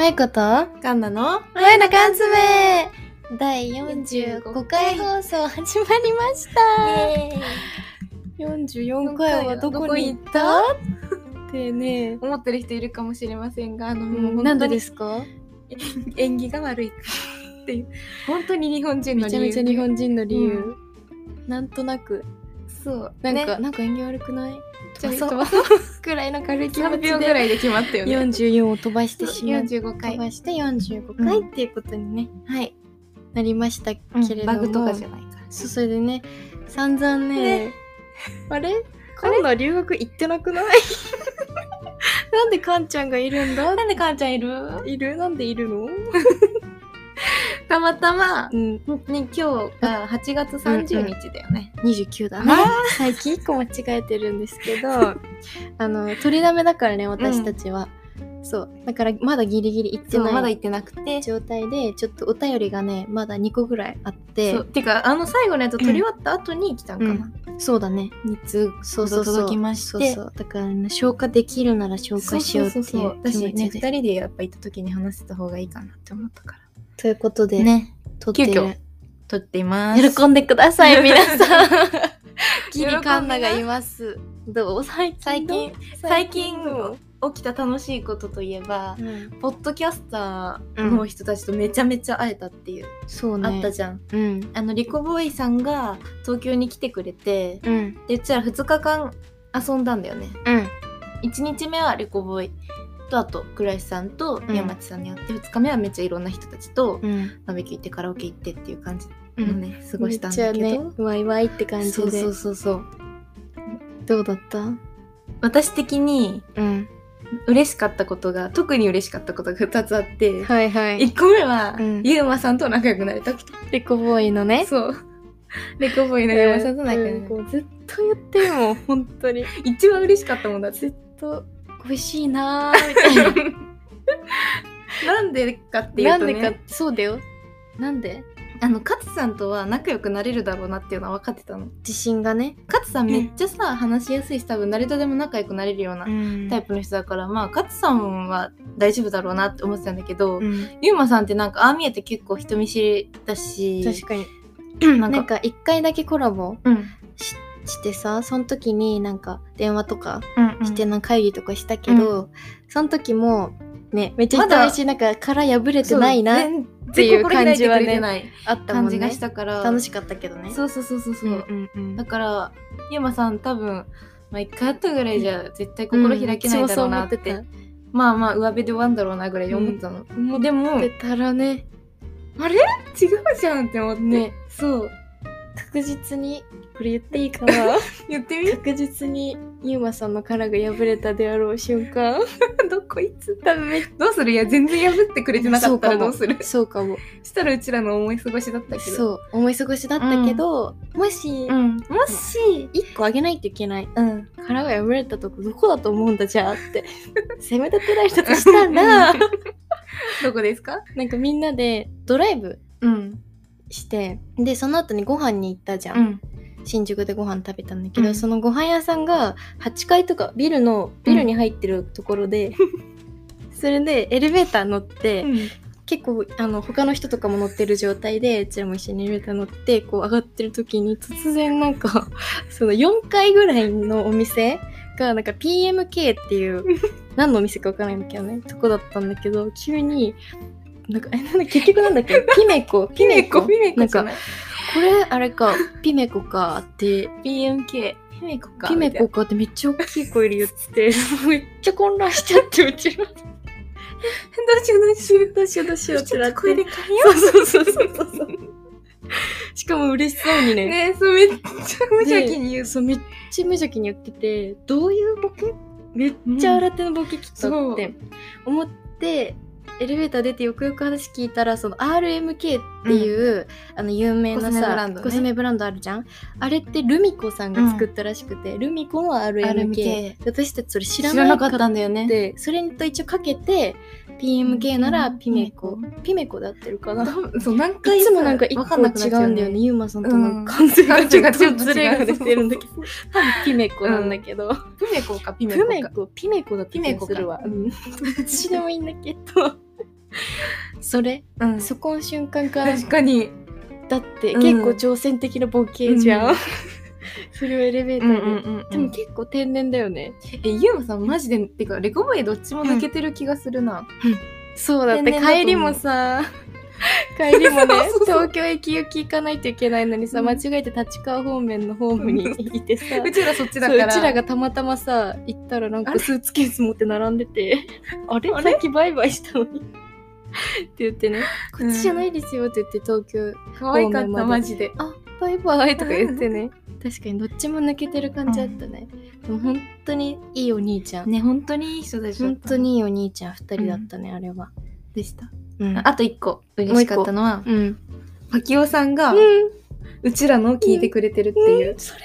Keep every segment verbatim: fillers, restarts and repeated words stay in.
まいことカンナのまいの缶詰だいよんじゅうごかい放送始まりました。よんじゅうよんかいはどこに行ったってね思ってる人いるかもしれませんが、あの、 うん、 もう本当になんでですか？ 縁起が悪いっていう本当に日本人の理由、 めちゃめちゃ日本人の理由、うん、なんとなくそうなんか、 ね、 なんか縁起悪くない？ じゃあそうくらいの軽い気持ちでさんびょうぐらいで決まったよね。 よんじゅうよんを飛ばしてしまう。 よんじゅうごかい飛ばしてよんじゅうごかいっていうことにね、 うん、はいなりましたけれども、 うん、バグとかじゃないから。 そう、それでね散々ね、ねあれカンナ留学行ってなくない？なんでカンちゃんがいるんだ？ なんでカンちゃんいる？ いる？なんでいるの？ たまたま、 うん、 本当に今日がはちがつさんじゅうにちだよね。 うんうん、にじゅうきゅうだね。最近いっこ間違えてるんですけど、あの取りだめだからね私たちは、うん、そうだからまだギリギリ行ってない。 まだ行ってなくて状態でちょっとお便りがねまだにこぐらいあって、 そうてかあの最後のやつ取り終わった後に来たんかな。 うんうん、そうだね。 につそうそうそう届きまして、 そうそうだから、ね、消化できるなら消化しようっていう気持ちで。そうそうそう私ねふたりでやっぱ行った時に話せた方がいいかなって思ったから。 ということでね、 撮って急遽撮っています。 喜んでください皆さん。ギリカンナがいます。どう最近最近最近起きた楽しいことといえば、うん、ポッドキャスターの人たちとめちゃめちゃ会えたっていう、 うん、そうね、 あったじゃん、 うん、 あのリコボーイさんが東京に来てくれて、 うん、 でうちらふつかかん遊んだんだよね、 うん、 いちにちめはリコボーイとあと倉石さんと山地さんに会って、うん、ふつかめはめっちゃいろんな人たちとバーベキュー行ってカラオケ行ってっていう感じのね、うん、過ごしたんだけど、 めっちゃねワイワイって感じで。 そうそうそうそうどうだった？ 私的に、 うん、 嬉しかったことが特に嬉しかったことがふたつあって、 はいはい、 いっこめは、うん、ゆうまさんと仲良くなれたこと。 レコボーイのね。 そうレコボーイのゆうまさんと仲良くなれた、 うん、ずっと言ってるもん本当に一番嬉しかったもんだって。 ずっと美味しいなーみたいな。 なんでかっていうとね、 なんでかそうだよ。なんであの勝さんとは仲良くなれるだろうなっていうのは分かってたの。 自信がね。 勝さんめっちゃさ、うん、話しやすいし多分誰とでも仲良くなれるようなタイプの人だから、うん、まあ勝さんは大丈夫だろうなって思ってたんだけど、うん、ゆうまさんってなんかああ見えて結構人見知りだし、 確かになんか一回だけコラボ、うん、し, してさ、その時になんか電話とかしてな会議とかしたけど、うん、その時もねめっちゃ人見知りなんか殻破れてないなっていう感じはねあったもんね。 感じがしたから楽しかったけどね。 そうそうそうそうそう、うんうんうん、だからゆうまさん多分まあ一回会ったぐらいじゃ絶対心開けないだろうなって、うん、ってまあまあ上辺で終わんだろうなぐらい思ったの、うん、もうでも思ってたらねあれ違うじゃんって思って、ね、そう確実にこれ言っていいかな言ってみ確実にゆうまさんの殻が破れたであろう瞬間どこいつ多分どうする？いや全然破ってくれてなかったらどうする？ そうかもしたらうちらの思い過ごしだったけど。 そう思い過ごしだったけど、うん、もし、 うん、もしいっこあげないといけない、 うん、 殻が破れたとこどこだと思うんだじゃあって責め立てられたとしたらどこですか？ なんかみんなでドライブして、うん、でその後にご飯に行ったじゃん、うん、新宿でご飯食べたんだけど、うん、そのご飯屋さんがはちかいとかビルのビルに入ってるところで、うん、それでエレベーター乗って、うん、結構あの他の人とかも乗ってる状態でうちらも一緒にエレベーター乗ってこう上がってる時に突然なんかそのよんかいぐらいのお店がなんか ピーエムケー っていう何のお店か分からないんだけどねとこだったんだけど急になんかえなんだ結局なんだっけピメコピメコピメコじゃないこれあれかピメコかってピーエムケー ピメコかピメコかってめっちゃ大きい声で言ってめっちゃ混乱しちゃってうちらどうしようどうしようどうしようどうしようってなって声で変えようそうそうそうそうそうしかも嬉しそうにねねそうめっちゃ無邪気に言うそうめっちゃ無邪気に言っててどういうボケめっちゃ新手のボケきったって思って、うんエレベーター出てよくよく話聞いたらその アールエムケー っていう、うん、あの有名なさコスメブランド、ね、コスメブランドあるじゃんあれってルミコさんが作ったらしくて、うん、ルミコも アールエムケー 私たちそれ知らなかったんだよねそれと一応かけて ピーエムケー ならピメコ、うん、ピメコで合ってるかなそう何回いつもなんか一個違うんだよねゆうまさんとの完全がちょっとズレが出てるんだけど多分ピメコなんだけど、うん、 ピメコかピメコかピメコピメコだった気がするわどっちでもいいんだけどそれ、 うん、 そこの瞬間から確かにだって結構挑戦的なボケじゃん、うん、それをエレベーターで、うんうんうんうん、でも結構天然だよね。 えゆうまさんマジでてかレコボーイどっちも抜けてる気がするな、 うんうん、そうだって帰りもさ帰りもね東京駅行き行かないといけないのにさ、うん、間違えて立川方面のホームにいてさうちらそっちだからうちらがたまたまさ行ったらなんかスーツケース持って並んでてあれさっきバイバイしたのにって言ってね、こっちじゃないですよって言って東京可愛かったマジで、 あバイバイとか言ってね確かにどっちも抜けてる感じだったね、うん、でも本当にいいお兄ちゃんね、本当にいい人たちだった、 本当にいいお兄ちゃんふたりだったね、うん、あれはでした、 うん、 あといっこ嬉しかったのは、うん、パキオさんが、うん、うちらの聞いてくれてるっていう、 うん、それな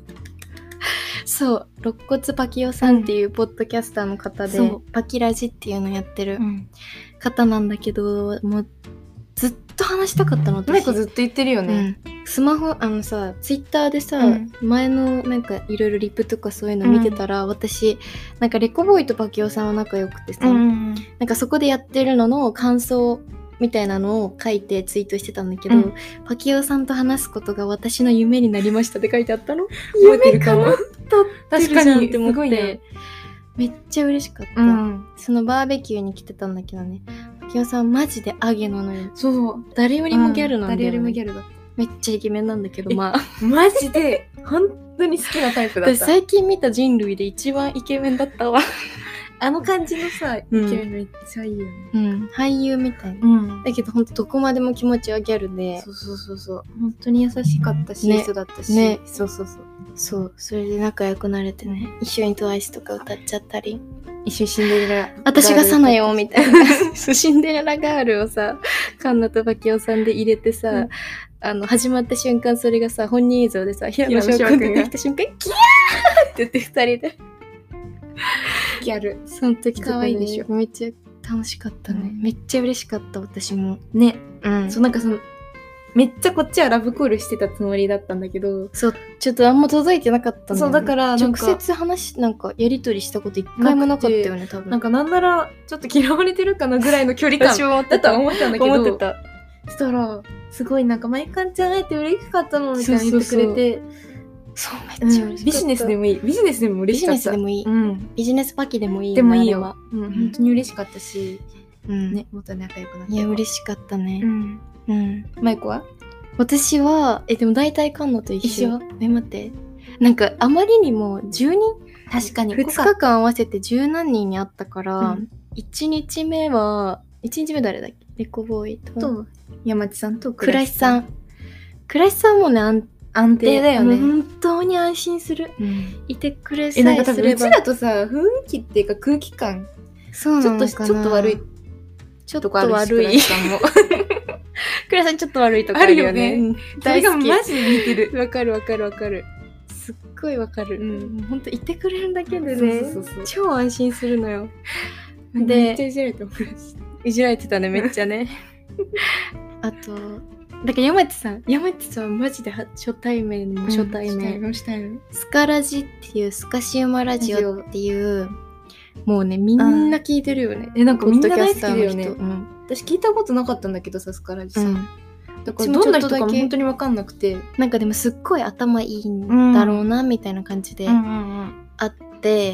そう肋骨パキオさんっていうポッドキャスターの方で、うん、パキラジっていうのやってる方なんだけど、もうずっと話したかったの私。 マイコずっと言ってるよね、 うん、スマホあのさツイッターでさ、うん、前のなんかいろいろリプとかそういうの見てたら、うん、私なんかレコボーイとパキオさんは仲良くてさ、うん、なんかそこでやってるのの感想みたいなのを書いてツイートしてたんだけど、うん、パキオさんと話すことが私の夢になりましたって書いてあったの。夢かなったってるじゃんって思って、ね、めっちゃ嬉しかった、うん、そのバーベキューに来てたんだけどね、パキオさんマジでアゲなのよ。 そう誰よりもギャルなんだよ、ね、 誰よりもギャルだった。 めっちゃイケメンなんだけど、まあマジで本当に好きなタイプだった。 私最近見た人類で一番イケメンだったわあの感じのさ、イケメンめっちゃいいよね、 うん、俳優みたいな、うん、だけどほんとどこまでも気持ちはギャルで、 そうそうそうそう、本当に優しかったし、ね、いい人だったし、 ね、 そうそうそうそう、それで仲良くなれてね、一緒にトワイスとか歌っちゃったり、 一緒にシンデレラ私がサナよみたいなシンデレラガールをさカンナとパキオさんで入れてさ、うん、あの始まった瞬間それがさ本人映像でさ平野翔くん出てきた瞬間キャーって言ってふたりでギャル、 その時とか、ね、 可愛いでしょ。 めっちゃ楽しかったね、うん、めっちゃ嬉しかった私もね、 うん、 そうなんかそのめっちゃこっちはラブコールしてたつもりだったんだけど、 そうちょっとあんま届いてなかったんだよね。 そうだから直接話なんかやり取りしたこと一回もなかったよね多分。 なんかなんならちょっと嫌われてるかなぐらいの距離感だと思ったんだけど、 思ってた。 そしたらすごいなんかマイカンちゃん会えて嬉しかったのみたいな言ってくれて、 そう、めっちゃ嬉しかった、うん、 ビジネスでもいい、ビジネスでも嬉しかった、 ビジネスでもいい、うん、ビジネスパキでもいい、 でもいいよ、うん、本当に嬉しかったし、うん、ね、もっと仲良くなって、 いや嬉しかったね、うんうん、マイコは？ 私はえでも大体カンナと一緒。一緒？え待って、なんかあまりにもじゅうにん、 確かにふつかかん合わせて十何人に会ったから、うん、いちにちめはいちにちめ誰だっけ、レコボーイとと山地さんと倉石さん。倉石さんもね安安定だよね。 本当に安心する、うん、いてくれさえすれば。えなんか多分うちらとさ雰囲気っていうか空気感、 そうなのかな、 ちょっとちょっと悪いちょっと悪いクラさんちょっと悪いとこあるよね。 よね、大好き。マジで似てる。 わかるわかるわかる。すっごいわかる。うん、ほんといてくれるだけでね、そうそうそうそう、超安心するのよ。 で、めっちゃいじられてもいじられてたねめっちゃね。あとだから山地さん、山地さんマジで初対面の初対面、 うん、初対面スカラジっていうスカシウマラジオっていうもうねみんな聞いてるよね。 えなんかみんな大好きだよね。うん、私聞いたことなかったんだけどさスカラジさ、うん、だからどんな人かも本当に分かんなくて、 なんかでもすっごい頭いいんだろうな、うん、みたいな感じであって、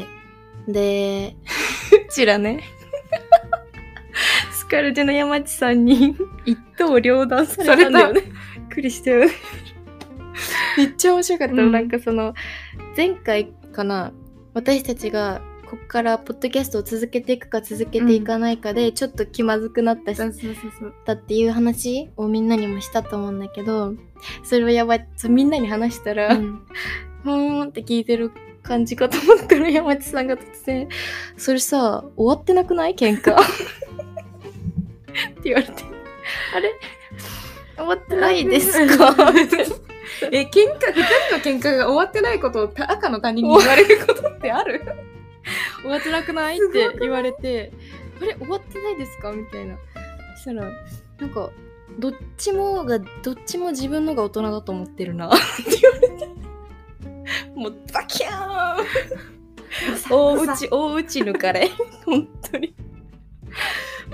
うん、でうちらねスカルジの山地さんに一刀両断されたんだよね。びっくりしたよね。めっちゃ面白かった、うん、なんかその前回かな、私たちがこっからポッドキャストを続けていくか続けていかないかでちょっと気まずくなったし、うん、だっていう話をみんなにもしたと思うんだけど、それをやばいみんなに話したら、うん、ふーんって聞いてる感じかと思ったら山地さんが突然それさ終わってなくない喧嘩って言われて、あれ終わってないですかえ、喧嘩、ふたりの喧嘩が終わってないことを赤の他人に言われることってある終わってなくないって言われて、あれ終わってないですかみたいな。そしたらなんかどっちもがどっちも自分のが大人だと思ってるなって言われて、もうバキャーン大打ち大打ち抜かれ本当に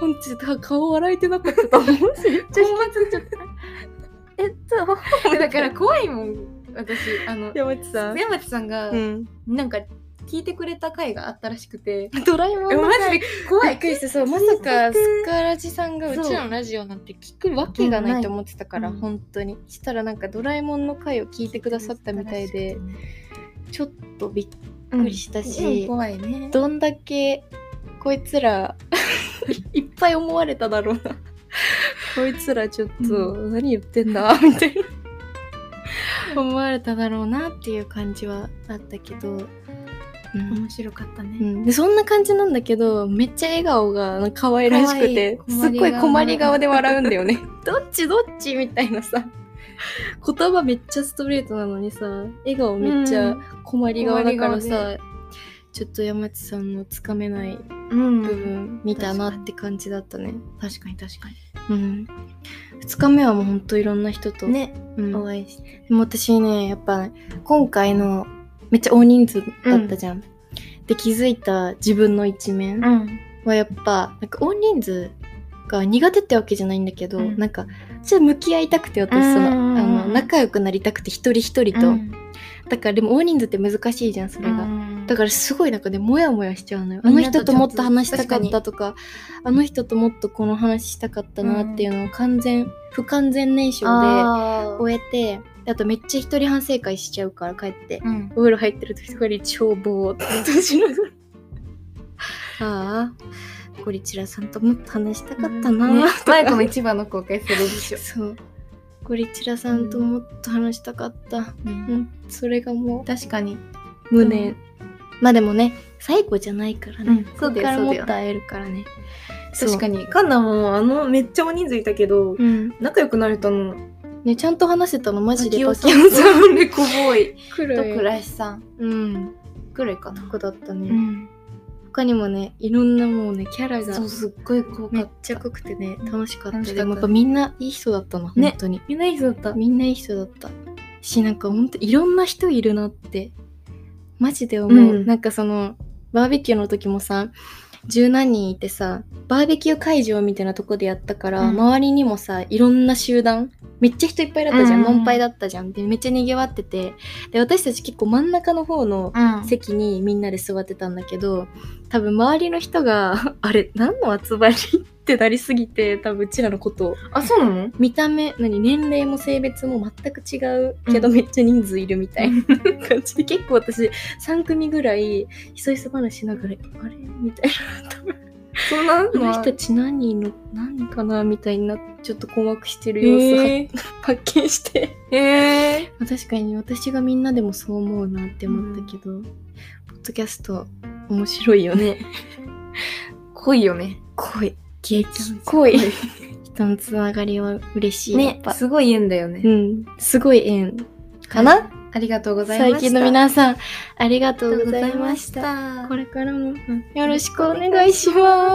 本日顔笑えてなかったと思うし、めっちゃ引きついちゃった。えっとだから怖いもん私。あの山地さん山地さんが、うん、なんか聞いてくれた回があったらしくて、 ドラえもんのマジで怖い。 びっくりして、そう、まさかスカラジさんがうちらのラジオなんて聞くわけがないと思ってたから、うん、本当にしたらなんかドラえもんの回を聞いてくださったみたいで、ちょっとびっくりしたし、 うんうん、怖いね。 どんだけこいつらいっぱい思われただろうなこいつらちょっと何言ってんだみたいな思われただろうなっていう感じはあったけど、 うん、面白かったね、 うん、でそんな感じなんだけど、めっちゃ笑顔が可愛らしくて、すっごい困り顔で笑うんだよねどっちどっちみたいなさ、言葉めっちゃストレートなのにさ、笑顔めっちゃ困り顔だからさ、うん、ちょっと山地さんのつかめない部分見たなって感じだったね。 確かに確かに。 うん。ふつかめはもうほんといろんな人とね、 うん、 お会いして。 でも私ね、やっぱ今回のめっちゃ大人数だったじゃん。うん、で気づいた自分の一面はやっぱ、なんか大人数が苦手ってわけじゃないんだけど、うん、なんか私は向き合いたくて、私その、あの仲良くなりたくて一人一人と、うん、だからでも大人数って難しいじゃんそれが、うん、だからすごいなんかねモヤモヤしちゃうのよ。あの人ともっと話したかったとか、あの人ともっとこの話したかったなっていうのを完全、うん、不完全燃焼で終えて、あとめっちゃ一人反省会しちゃうから帰って、うん、お風呂入ってる時とかに超ボーっとしながらああゴリチラさんともっと話したかったな、うんね、 マイコの一番の後悔するでしょそうゴリチラさんともっと話したかった、うんうん、それがもう確かに無念、うん、まあでもね最後じゃないからね、うん、ここからもっと会えるからね。 確かにカンナもあのめっちゃ大人数いたけど、うん、仲良くなれたのね、ちゃんと話せたのマジでパキオさん、レコボーイクロとクラシさん、 うん、 くらいかな。 とこだったね、うん、他にもねいろんなもうねキャラがそうすっごい濃かった、 めっちゃ濃くてね楽しかった。でもやっぱみんないい人だったな、ね、本当にみんないい人だったみんないい人だったし、なんか本当いろんな人いるなってマジで思う、うん、なんかそのバーベキューの時もさ十何人いてさ、バーベキュー会場みたいなとこでやったから、うん、周りにもさいろんな集団めっちゃ人いっぱいだったじゃん、満杯だったじゃん。でめっちゃ賑わってて、で私たち結構真ん中の方の席にみんなで座ってたんだけど、多分周りの人があれ何の集まりってなりすぎて、多分うちらのことをあそうなの見た目何年齢も性別も全く違うけど、うん、めっちゃ人数いるみたいな感じで、結構私さん組ぐらいひそひそ話しながらあれみたいな、多分そんなあの人たち何の何かなみたいになってちょっと困惑してる様子、えー、発見して、 えー、 確かに私がみんなでもそう思うなって思ったけど、うん、ポッドキャスト面白いよね濃いよね。 濃い激濃い人のつながりは嬉しいね。すごい縁だよね。 うんすごい縁かな、はい、 ありがとうございました。 最近の皆さんありがとうございました。これからもよろしくお願いします。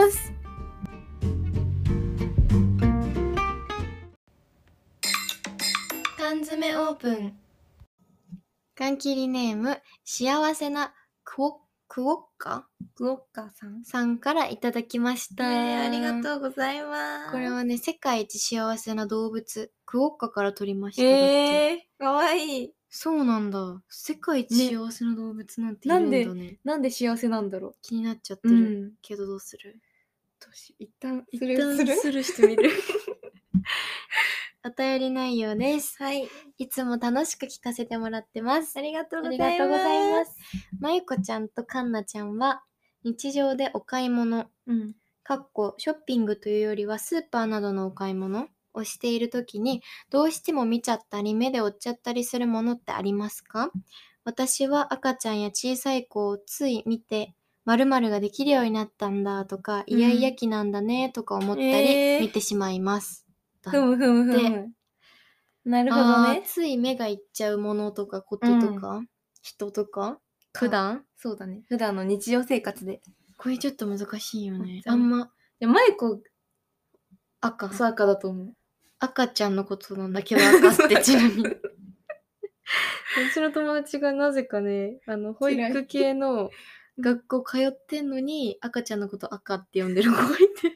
缶詰オープン。缶切りネーム幸せなクオクオッカクオッカさんさんからいただきました、 ね、ありがとうございます。 これはね世界一幸せな動物クオッカから取りました。 えー、かわいい。 そうなんだ。世界一幸せな動物なんているんだね。 なんで、なんで幸せなんだろう。 気になっちゃってる、うん、けどどうする？ どうし一旦スルーする？スルーしてみるお便り内容です。 はい。 いつも楽しく聞かせてもらってます。 ありがとうございます。 ありがとうございます。まゆこちゃんとかんなちゃんは日常でお買い物、うん、かっこショッピングというよりはスーパーなどのお買い物をしているときにどうしても見ちゃったり目で追っちゃったりするものってありますか？私は赤ちゃんや小さい子をつい見て〇〇ができるようになったんだとか、うん、イヤイヤ期なんだねとか思ったり見てしまいます。 えー、ふむふむふむ。なるほどね。 つい目がいっちゃうものとかこととか、うん、人とか普段そうだね。普段の日常生活でこれちょっと難しいよね。あんまでマイコ赤そう赤だと思う。 赤ちゃんのことなんだけど赤ってちなみにうちの友達がなぜかねあの保育系の学校通ってんのに赤ちゃんのこと赤って呼んでる子がいて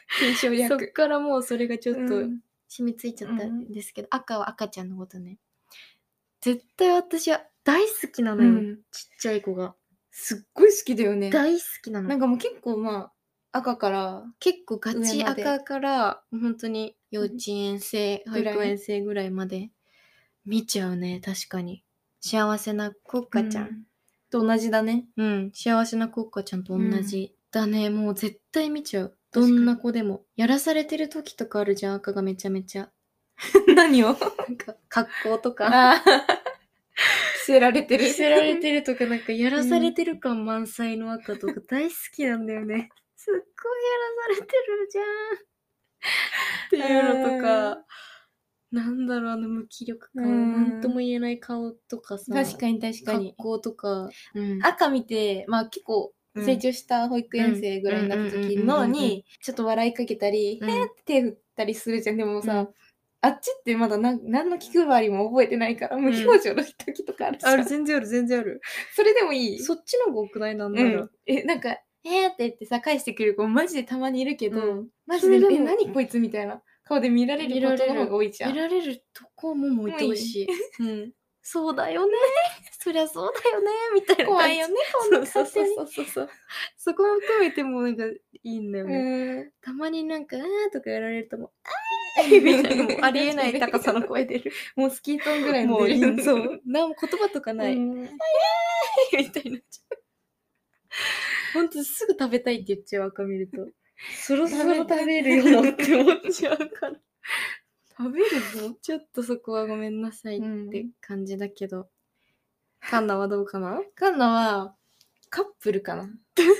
継承略。 そっからもうそれがちょっとうん染みついちゃったんですけど、赤は赤ちゃんのことね。絶対私は大好きなのよ、 うんちっちゃい子が。 すっごい好きだよね。 大好きなの。 なんかもう結構まあ赤から結構ガチ上まで赤から本当に幼稚園生、保ぐらい育園生ぐらいまで見ちゃうね。確かに幸せな国家ちゃん、 うんと同じだね。 うん、幸せな国家ちゃんと同じ、だね。もう絶対見ちゃう。ど確かにんな子でもやらされてる時とかあるじゃん、赤がめちゃめちゃ何をなんか格好とかあー着せられてる。 着せられてるとか、なんかやらされてる感満載の赤とか大好きなんだよね。すっごいやらされてるじゃんっていうのとか、なんだろう、あの無気力感、 うんなんとも言えない顔とかさ、 確かに確かに格。好とか、うん赤見て、まあ結構成長した保育園生ぐらいになった時のに、ちょっと笑いかけたり、 うんへーって手振ったりするじゃん。でもさ、 うんあっちってまだなん何の気配りも覚えてないから、無表情の時とかあるじゃん。 ある、全然ある、全然ある。 それでもいい。 そっちの方が多くない？なんなら。 うん、え、なんか、えーって言ってさ、返してくる子マジでたまにいるけど、 うんマジで、 それでもえ、何こいつみたいな顔で見られることの方が多いじゃん。 見られるとこももう愛おしい。うん。そうだよね。そりゃそうだよね。みたいな感じ。 怖いよね、こんなそうそう勝手に。 そうそうそう。そこも含めてもなんかいいんだよね。 うんたまになんか、あーとかやられるともう、あーみたいな、もうありえない高さの声出る。 もうスキートンぐらいのもういい出る。 そう。なんも言葉とかない。 うんみたいになっちゃう。ほんとすぐ食べたいって言っちゃう、赤見ると。そろそろ食べるよって思っちゃうから。 食べるぞ。 ちょっとそこはごめんなさいって感じだけど。カンナはどうかな？ カンナはカップルかな。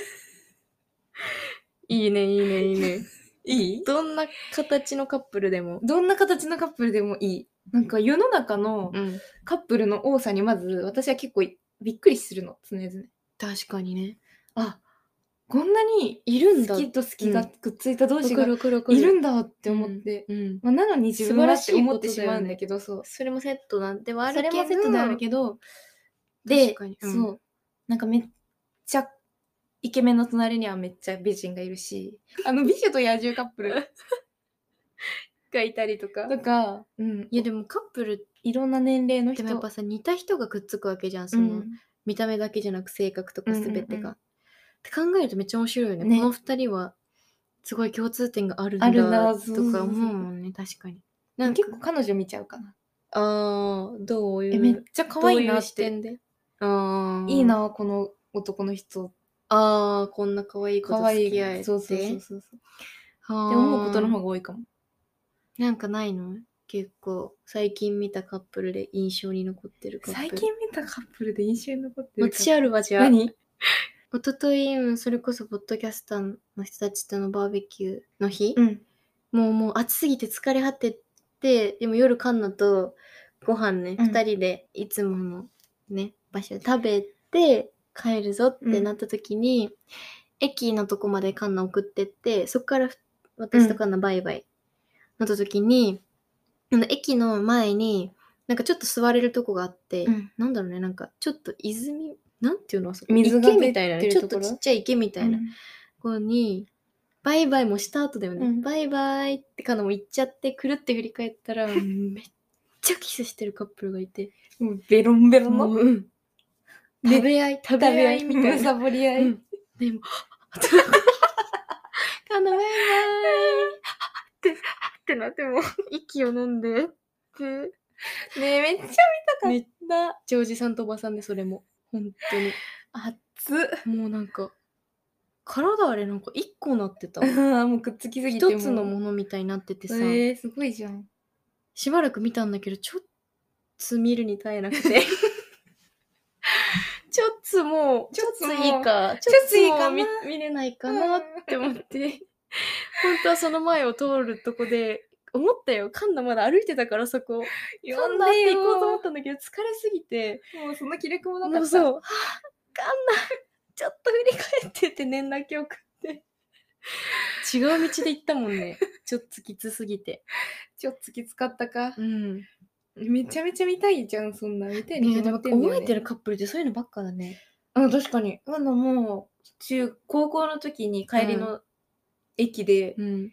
いいね、いいね、いいね。 いい？ どんな形のカップルでも。 どんな形のカップルでもいい。なんか世の中のうん。 カップルの多さにまず私は結構びっくりするの、常々。 確かにね。 あ、こんなにいるんだ。 好きと好きがくっついた同士がわかるわかるわかるいるんだって思って。 うん。うんまあ、なのに自分はって思ってしまうんだけど、そう。 それもセットなんではあそるけど。 れもセットであるけど、で確かに、うんそう。なんかめっちゃイケメンの隣にはめっちゃ美人がいるし、あの美女と野獣カップルがいたりとか。 とか、うん、 いやでもカップルいろんな年齢の人。 でもやっぱさ、似た人がくっつくわけじゃん。その、 うん、 見た目だけじゃなく性格とか全てが。 うんうんうんって考えるとめっちゃ面白いよね。 ねこの二人はすごい共通点があるんだあるなとか思うもんね。確かに。なんか結構彼女見ちゃうかな。 あー、どういうえ、めっちゃ可愛いなどういう視って。 点で。あーいいな、この男の人。 あー、こんな可愛い子と可愛い。 付き合えて。 そうそうそうそう。 はーって思うことの方が多いかも。 なんかないの？結構最近見たカップルで印象に残ってるカップル。 最近見たカップルで印象に残ってるカップル。 私あるわ、じゃあ。 何？ おととい、うんそれこそポッドキャスターの人たちとのバーベキューの日、 うん。 もうもう暑すぎて疲れ果てて、でも夜カンナとご飯ね、 うん二人でいつものね、場所で食べて帰るぞってなった時に、駅のとこまでカンナ送ってって、そこから私とカンナバイバイなった時に、あの駅の前になんかちょっと座れるとこがあって、 うんなんだろうね、なんかちょっと泉、なんていうのあそこ水が池みたいなね、ちょっ出てるとことろちっちゃい池みたいな、 うんここにバイバイもした後だよね、 うんバイバイってかなも言っちゃってくるって振り返ったらめっちゃキスしてるカップルがいて、 もうベロンベロンのもう、うん、 で食べ合い食べ合いみたいな、 むさぼり合い。 うん、でもカンナバイバイってってなっても息を飲んでってねえ、めっちゃ見たかった。 めっちゃジョージさんとおばさんで、それも本当に熱っ。 もうなんか体あれなんか一個なってたあーもうくっつきすぎても一つのものみたいになっててさ、 えー、すごいじゃん。 しばらく見たんだけどちょっと見るに耐えなくてちょっともうちょっといいかちょっといいかなちょっともう見見れないかなって思って本当はその前を通るとこで思ったよ、カンナまだ歩いてたからそこカンナって行こうと思ったんだけど疲れすぎてもうその気力もなかった。 もうそう、はぁ、カンナちょっと振り返ってって連絡を送って違う道で行ったもんねちょっときつすぎて。 ちょっときつかったか。 うんめちゃめちゃ見たいじゃん、そんな。見たいにね、 決でもまってんだよね。 覚えてるカップルってそういうのばっかだね。 あ、確かに。あのもう、中、高校の時に帰りの駅で、 うん。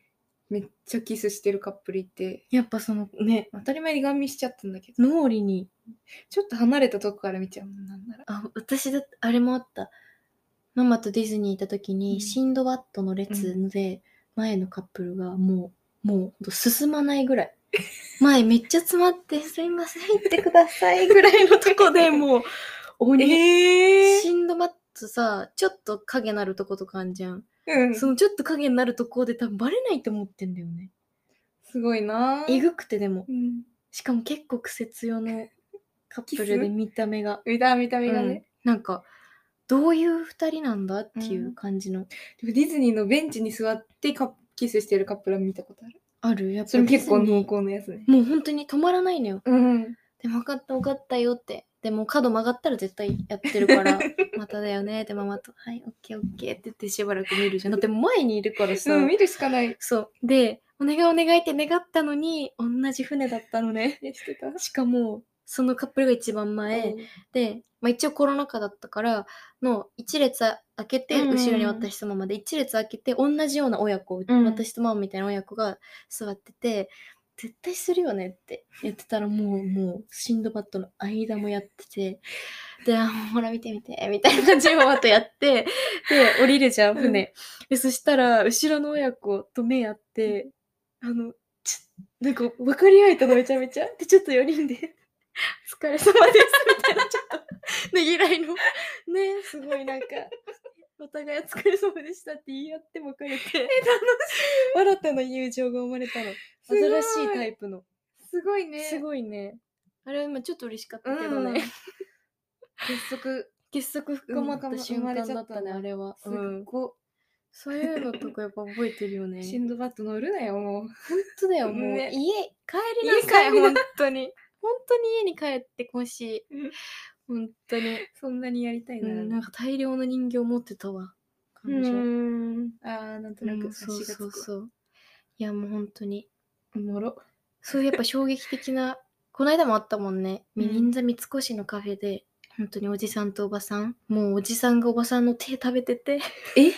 めっちゃキスしてるカップルいて、 やっぱそのね、 当たり前にガン見しちゃったんだけど、 脳裏にちょっと離れたとこから見ちゃうもんなんなら。 あ、私だあれもあった。ママとディズニー行った時に、うん、シンドバッドの列で前のカップルがもう、もう進まないぐらい。前めっちゃ詰まって、すいません、行ってくださいぐらいのとこでもう、鬼。えー、シンドバッドさ、ちょっと影なるとことかあんじゃん。うん。そのちょっと影になるとこで多分バレないと思ってんだよね。 すごいなえぐくてでも。うん、しかも結構癖強のカップルで見た目が。 見た見た目がね、 うん。なんか、どういう二人なんだっていう感じの、うん、 でもディズニーのベンチに座ってカキスしてるカップルは見たことある。 ある。やっぱそれ結構濃厚なやつね。 もう本当に止まらないのよ。 うん。 でも分かった分かったよって。でも角曲がったら絶対やってるからまただよねってママとはいオッケーオッケーって言ってしばらく見るじゃん。だって前にいるからさ、 うん、見るしかない。 そうでお願いお願いって願ったのに同じ船だったのね。 してた。 しかもそのカップルが一番前、うん、で、まあ、一応コロナ禍だったからの一列開けて、うん、後ろに私とママで一列開けて同じような親子、うん、私とママみたいな親子が座ってて、絶対するよねって言ってたらもうもうシンドバッドの間もやってて、でほら見て見てみたいな感じでママとやってで降りるじゃん船、うん、でそしたら後ろの親子と目合ってあのちなんか分かり合えたのめちゃめちゃでちょっとよにんでお疲れ様ですみたいなちょっとねぎらいのねすごいなんかお互いお疲れ様でしたって言い合って別れて、え楽しい新たな友情が生まれたの。新しいタイプの。 すごいね。 すごいね。あれは今ちょっと嬉しかったけどね。うん、結束結束深まった瞬間だったね、あれは。 すっご、うん、 そういうのとかやっぱ覚えてるよね。 シンドバッド乗るなよもう。 本当だよもう、ね、家帰りなさい本当に。本当に家に帰ってほしい。本当にそんなにやりたいな、 うん、なんか大量の人形持ってたわ彼女。うんあーなんとなく察しがつく、うん、そうそうそういやもう本当におもろそうやっぱ衝撃的なこの間もあったもんね、うん、銀座三越のカフェで本当におじさんとおばさんもうおじさんがおばさんの手食べててえ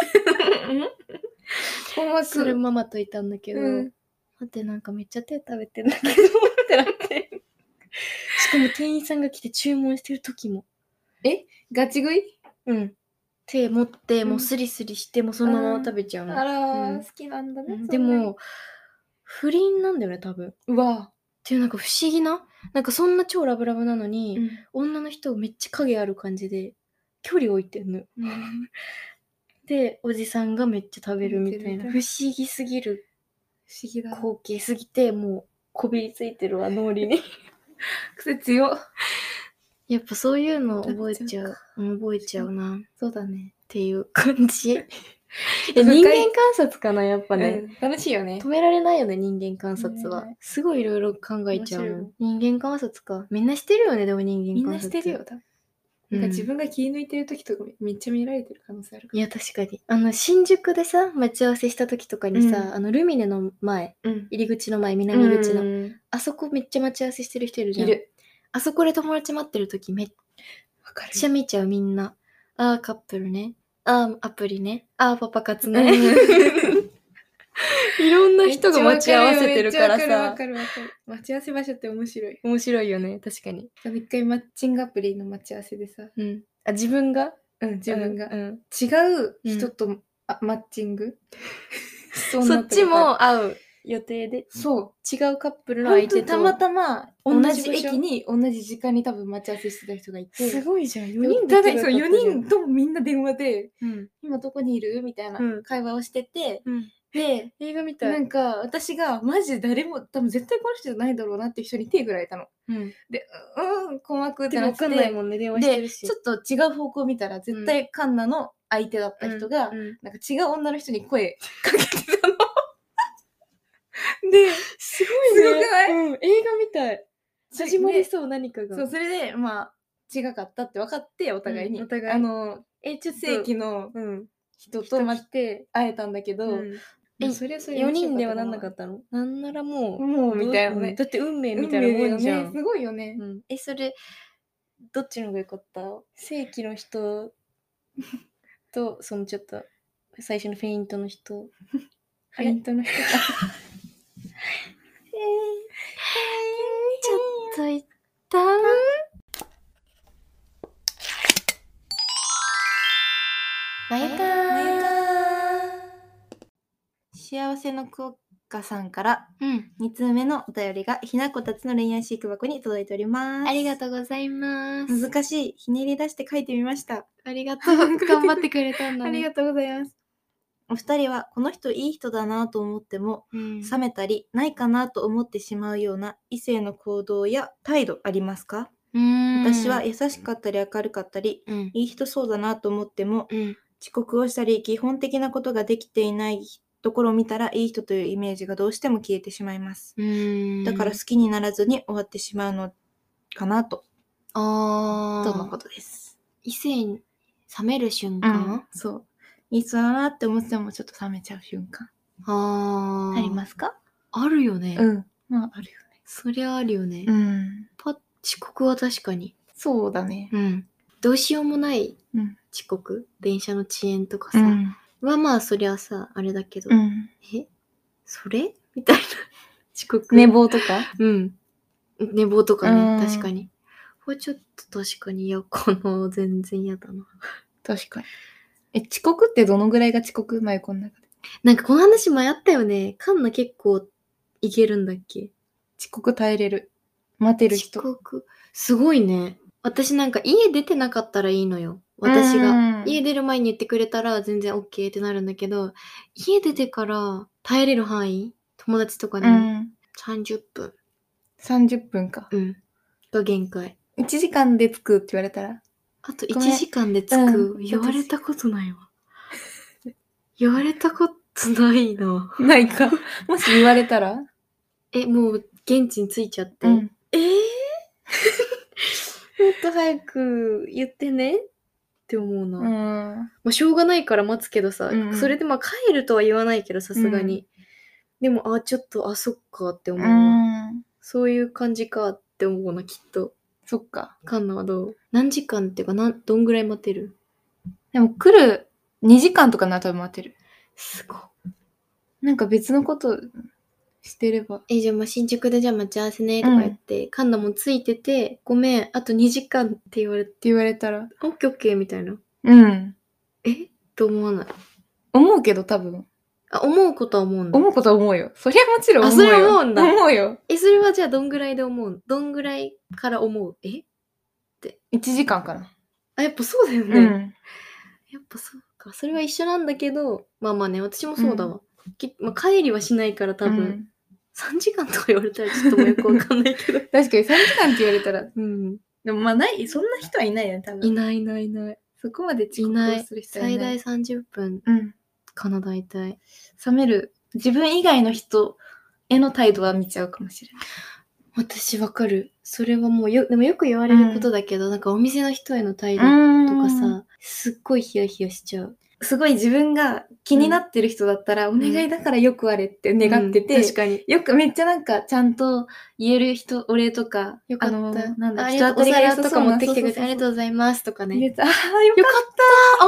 それママといたんだけど、うん、待ってなんかめっちゃ手食べてんだけどってなってしかも店員さんが来て注文してる時もえガチ食いうん手持って、うん、もうスリスリしてもうそのまま食べちゃうのあらー、うん、好きなんだね、うん、 でも不倫なんだよね多分うわっていうなんか不思議ななんかそんな超ラブラブなのに、うん、女の人めっちゃ影ある感じで距離置いてんの、うん、でおじさんがめっちゃ食べるみたいな不思議すぎる不思議だ光景すぎてもうこびりついてるわ脳裏に癖強やっぱそういうの覚えちゃう覚えちゃうなそうだねっていう感じ人間観察かなやっぱね、 うん、楽しいよね止められないよね人間観察は、ね、すごいいろいろ考えちゃう人間観察かみんなしてるよねでも人間観察みんなしてるよ多分なんか自分が気抜いてる時とかめっちゃ見られてる可能性あるから、 いや確かにあの新宿でさ待ち合わせした時とかにさ、うん、あのルミネの前、うん、入り口の前南口の、うん、あそこめっちゃ待ち合わせしてる人いるじゃんいるあそこで友達待ってる時めっちゃ見ちゃうみんなあーカップルねあーアプリねあーパパ活ね、うんいろんな人が待ち合わせてるからさ。 わかるわかる。待ち合わせ場所って面白い。 面白いよね、確かに。 一回マッチングアプリの待ち合わせでさ。 うん。あ、自分がうん、自分が。うん、違う人と、うん、あマッチングそ, そっちも会う予定で。 そう。 違うカップルの相手と。 たまたま同じ駅に同じ時間に多分待ち合わせしてた人がいて。 すごいじゃん。 よにんで。そう、よにんともみんな電話で、うん、今どこにいるみたいな会話をしてて、うんで、 映画みたい。 なんか、私が、マジで誰も、多分絶対この人じゃないだろうなっていう人に手振られたの。うん。で、うん、困惑ってなって。 でも分かんないもんね、電話してるし。 で、ちょっと違う方向見たら、絶対カンナの相手だった人が、うんうん、なんか違う女の人に声かけてたの。で、 すごいね。 すごくない？ うん、映画みたい。始まりそう、何かが。 そう、それで、まあ、違かったって分かって、お互いに。うん、お互い。あの、え、ちょっと、正規の人と待って会えたんだけど、うんえ、それそれよにんではなんなかったの？なんならもうもうみたいなね、 うん、だって運命みたいなもんじゃん、 ね、すごいよね、 うん、えそれどっちの方が良かった？正規の人とそのちょっと最初のフェイントの人フェイントの人か。えー、 ちょっと一旦まゆか幸せのクオッカさんから、 うん、 に通目のお便りがひなこたちの恋愛飼育箱に届いております。 ありがとうございます。 難しい、ひねり出して書いてみました。 ありがとう。頑張ってくれたんだね。 ありがとうございます。お二人はこの人いい人だなと思っても、うん、冷めたりないかなと思ってしまうような異性の行動や態度ありますか？うーん、私は優しかったり明るかったり、うん、いい人そうだなと思っても、うん、遅刻をしたり基本的なことができていないところを見たらいい人というイメージがどうしても消えてしまいます。うーん、だから好きにならずに終わってしまうのかなと。あー、とのことです。 異性に冷める瞬間、 うん、そう。いい人だなって思ってもちょっと冷めちゃう瞬間。あー。ありますか？ あるよね。 うん。まあ、あるよね。 そりゃあるよね。 うん。 パ遅刻は確かに。 そうだね。 うん。どうしようもない遅刻、うん、電車の遅延とかさ、うん、はまあそりゃさ、あれだけど、うん、えそれみたいな遅刻。 寝坊とか？ うん。寝坊とかね、確かに。これちょっと確かに、いや、この全然嫌だな。 確かに。え、遅刻ってどのぐらいが遅刻？前この中で。 なんかこの話迷ったよね。カンナ結構いけるんだっけ？ 遅刻耐えれる。待てる人。 遅刻。すごいね。私なんか家出てなかったらいいのよ。私が。家出る前に言ってくれたら全然 OK ってなるんだけど、家出てから耐えれる範囲？友達とかでもさんじゅっぷん。 さんじゅっぷんか。 うん。が限界。 いちじかんで着くって言われたら？ あといちじかんで着く、うん、言われたことないわ。言われたことないな。 ないか。もし言われたら？ え、もう現地に着いちゃって。うん、えー、もっと早く言ってねって思うな。うん、まあしょうがないから待つけどさ、うん、それでまあ帰るとは言わないけどさすがに。うん、でもあ、ちょっとあ、そっかって思うわ。うん、そういう感じかって思うな、きっと。 そっか。 カンナはどう？何時間っていうか、なん、どんぐらい待てる？ でも来るにじかんとかなったら待てる。 すごい。 なんか別のことしてれば。 え、じゃあまあ新宿でじゃあ待ち合わせねとか言って、うん、カンナもついてて、ごめん、あとにじかんって言われて。 って言われたら。 オッケーオッケーみたいな。 うん。 えと思わない。 思うけど多分。 あ、思うことは思うんだ。 思うことは思うよ。そりゃもちろん思うよ。あ、それ思うんだ。 思うよ。 え、それはじゃあどんぐらいで思う？どんぐらいから思う？えって。 いちじかんかな。 あ、やっぱそうだよね。うん、やっぱそうか。それは一緒なんだけど、まあまあね、私もそうだわ。うん、きまあ、帰りはしないから多分、うん、さんじかんとか言われたらちょっともうよくわかんないけど。 確かにさんじかんって言われたら。うん。でもまあない、そんな人はいないよね、多分。 いないいないいない。 そこまで遅刻をする人はいない。 最大さんじゅっぷんかな、大体。 冷める。自分以外の人への態度は見ちゃうかもしれない。 私わかる。それはもうよ、でもよく言われることだけど、うん、なんかお店の人への態度とかさ、すっごいヒヤヒヤしちゃう。 すごい自分が気になってる人だったら、うん、お願いだからよくあれって願ってて、 うん、確かに。 よくめっちゃなんかちゃんと言える人、お礼とか、 よかった。 あのなんだ、 人当たりが良さそうな、お皿とか持ってきてくれてありがとうございますとかね。 ああ、よかった。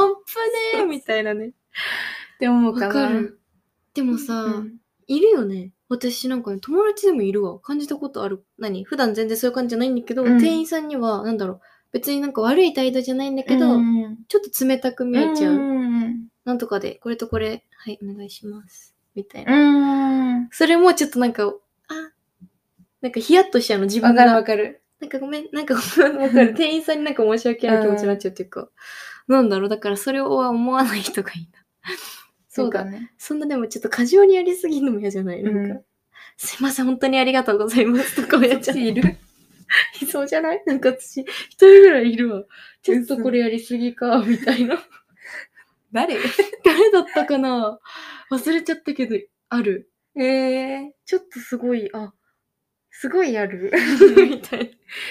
あっぱねーみたいなね。 って思うかな。 わかる。でもさ、うん、いるよね。私なんかね、友達でもいるわ。感じたことある。何？普段全然そういう感じじゃないんだけど、うん、店員さんには、なんだろう、別になんか悪い態度じゃないんだけど、うん、ちょっと冷たく見えちゃう。うん、なんとかで、これとこれ、はい、お願いします。みたいな。うん、それもちょっとなんか、あ、なんかヒヤッとしちゃうの、自分が。 わかるわかる。 なんかごめん、なんかごめん、わかる。店員さんになんか申し訳ない気持ちになっちゃうっていうか、うん、なんだろう、だからそれは思わない人がいいな。 そうだね。 そんなでもちょっと過剰にやりすぎるのも嫌じゃない？なんか、うん、すいません、本当にありがとうございますとかもやっちゃう。 いる？ いそうじゃない？なんか私、一人ぐらいいるわ。ちょっとこれやりすぎか、みたいな。 誰？ 誰だったかな？忘れちゃったけど、ある。 えー、 ちょっとすごい、あ、すごいある。みたいな。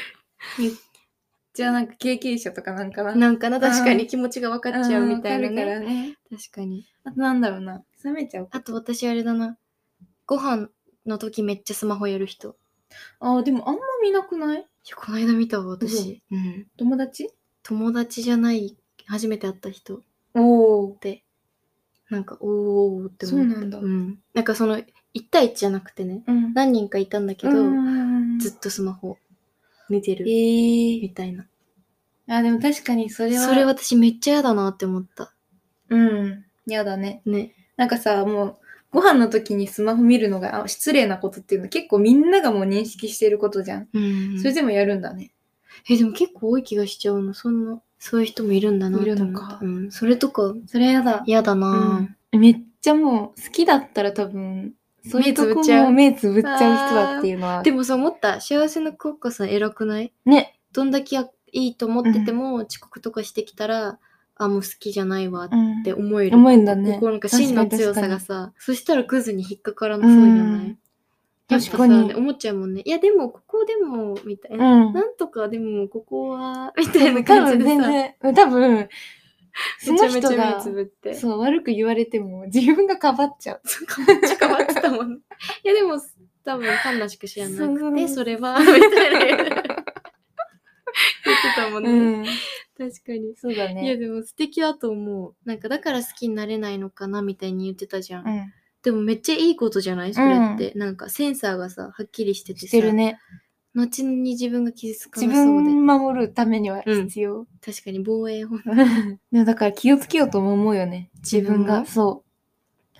じゃあなんか経験者とかなんかな。 なんかな、確かに気持ちが分かっちゃうみたいなね。 わかるからね。 確かに。 あとなんだろうな。冷めちゃう。 あと私あれだな。ご飯の時めっちゃスマホやる人。 ああ、でもあんま見なくない？いや、この間見たわ、私。 うん。友達？ 友達じゃない、初めて会った人。 おー。 で、 なんかおーって思った。 そうなんだ。 うん。なんかそのいち対いちじゃなくてね、うん、何人かいたんだけど、ずっとスマホ見てるみたいな。 えー、あでも確かにそれはそれ私めっちゃ嫌だなって思った。 うん、嫌だね。ね。なんかさ、もうご飯の時にスマホ見るのが失礼なことっていうのは結構みんながもう認識してることじゃん。うん、それでもやるんだね。 えでも結構多い気がしちゃうの。そんなそういう人もいるんだなって思った。いるのか。うん。それとかそれやだ。 嫌だな、 うん。めっちゃもう好きだったら多分そういうとこも目つぶっちゃう人だっていうのは。 でもさ思った。幸せのクッカさん偉くない？ね。どんだけいいと思ってても、うん、遅刻とかしてきたら。あ、もう好きじゃないわって思える。 うん、思えんだね。 ここなんか芯の強さがさ、そしたらクズに引っかからなそうじゃない？うん、確かに。思っちゃうもんね。いやでもここでもみたいな、うん、なんとかでもここはみたいな感じでさ。多分全然多分その人がめちゃめちゃ目つぶってそう悪く言われても自分がかばっちゃう。 めっちゃかばってたもん、ね。いやでも多分ファンなしか知らなくてそれはみたいな言ってたもんね。うん確かに。 そうだね。 いやでも素敵だと思う。なんかだから好きになれないのかなみたいに言ってたじゃん。うん、でもめっちゃいいことじゃないそれって、うん。なんかセンサーがさ、はっきりしててさ。 してるね。 後に自分が傷つかなそうで。自分守るためには必要。うん、 確かに防衛法。 でもだから気をつけようとも思うよね。自分が。そう。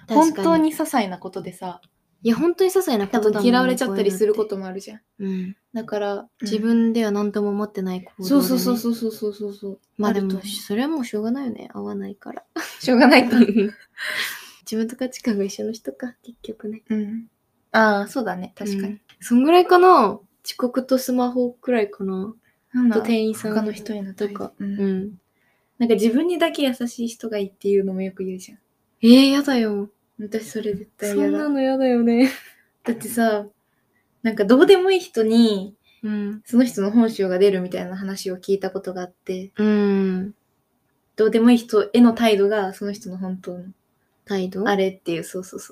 本当に些細なことでさ。 いや本当に些細なことだもんね。 嫌われちゃったりすることもあるじゃん。うん。だから、うん、 自分では何とも思ってない行動で、ね。 そうそうそうそうそうそうそう。 まあでもそれはもうしょうがないよね。合わないから。 しょうがないか。 自分と価値観が一緒の人か結局ね。 うん。ああそうだね確かに。うん、 そんぐらいかな。遅刻とスマホくらいかな。 なんだ。 と店員さん他の人へのとか。 うん。うん、なんか自分にだけ優しい人がいいっていうのもよく言うじゃん。 えー、やだよ。 私それ絶対嫌だ。 そんなのやだよね。 だってさ、なんかどうでもいい人に、うん、その人の本性が出るみたいな話を聞いたことがあって、うん、どうでもいい人への態度がその人の本当の態度あれっていう、そうそうそう。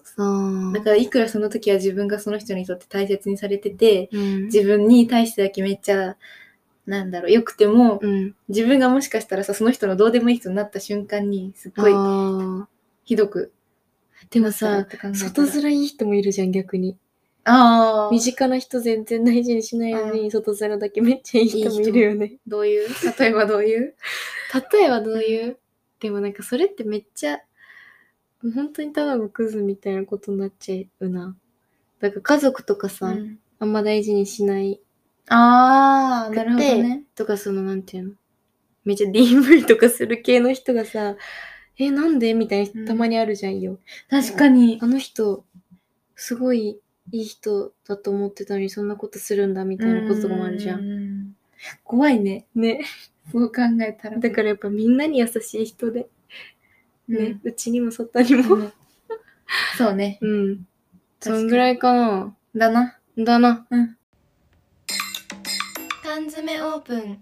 だからいくらその時は自分がその人にとって大切にされてて、うん、自分に対してだけめっちゃなんだろう良くても、うん、自分がもしかしたらさその人のどうでもいい人になった瞬間にすっごいひどく。 でもさ外面いい人もいるじゃん逆に。ああ。身近な人全然大事にしないのに、外面だけめっちゃいい人もいるよね。いいどういう例えばどういう例えばどういう、うん、でもなんかそれってめっちゃ、本当にただのクズみたいなことになっちゃうな。だから家族とかさ、うん、あんま大事にしない。 ああ、なるほどね。 とかそのなんていうのめっちゃ ディーブイ とかする系の人がさ、え、なんでみたいなたまにあるじゃんよ。 うん、確かに。 あの人、すごい、いい人だと思ってたのにそんなことするんだみたいなこととかもあるじゃん。 ん怖いね。 ね。 そう考えたら。 だからやっぱみんなに優しい人で。ね。うち、ん、にも外にも、うん。 そうね。 うん。そんぐらいかな。 だな。 だな。 うん。 缶詰オープン。ピーエーケーアイ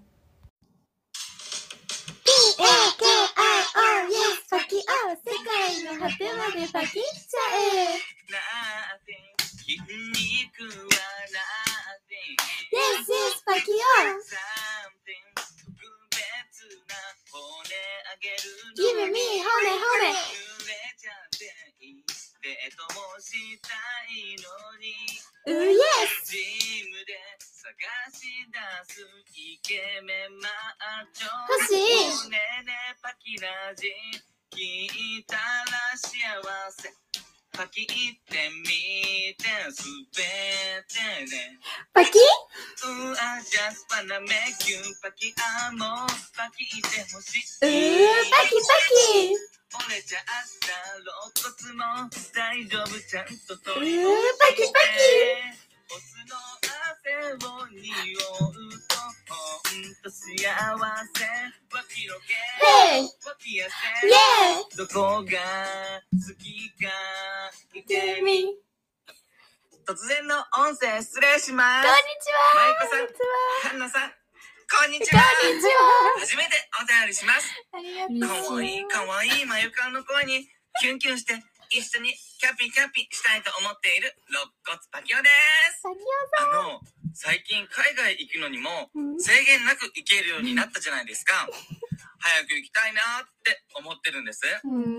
オー Yes! パキオ世界の果てまでパキっちゃえ。筋肉はラーティン Yes, yes, パキオ Something 特別な骨あげる Give me 骨骨揺れちゃっていいデートもしたいのに Oh, yes ジムで探し出すイケメンマッチョ欲しいねえねえパキラジ聞いたら幸せパキってみてすべてねパキうあジャスパナメキュンパキあもパキってほしい。うーパキパキ折れちゃった肋骨も大丈夫ちゃんと取り戻して。うーパキパキオスの汗を匂うとほんと幸せわきろけわきやせどこが好きか言ってみ突然の音声失礼します。こんにちはマイコさんカンナさんこんにちはこんにちは初めてお便りします。ありがとうかわいいかわいいマユカンの声にキュンキュンして一緒にキャピキャピしたいと思っている肋骨パキオです。パキオさん。あの最近海外行くのにも制限なく行けるようになったじゃないですか。早く行きたいなって思ってるんです。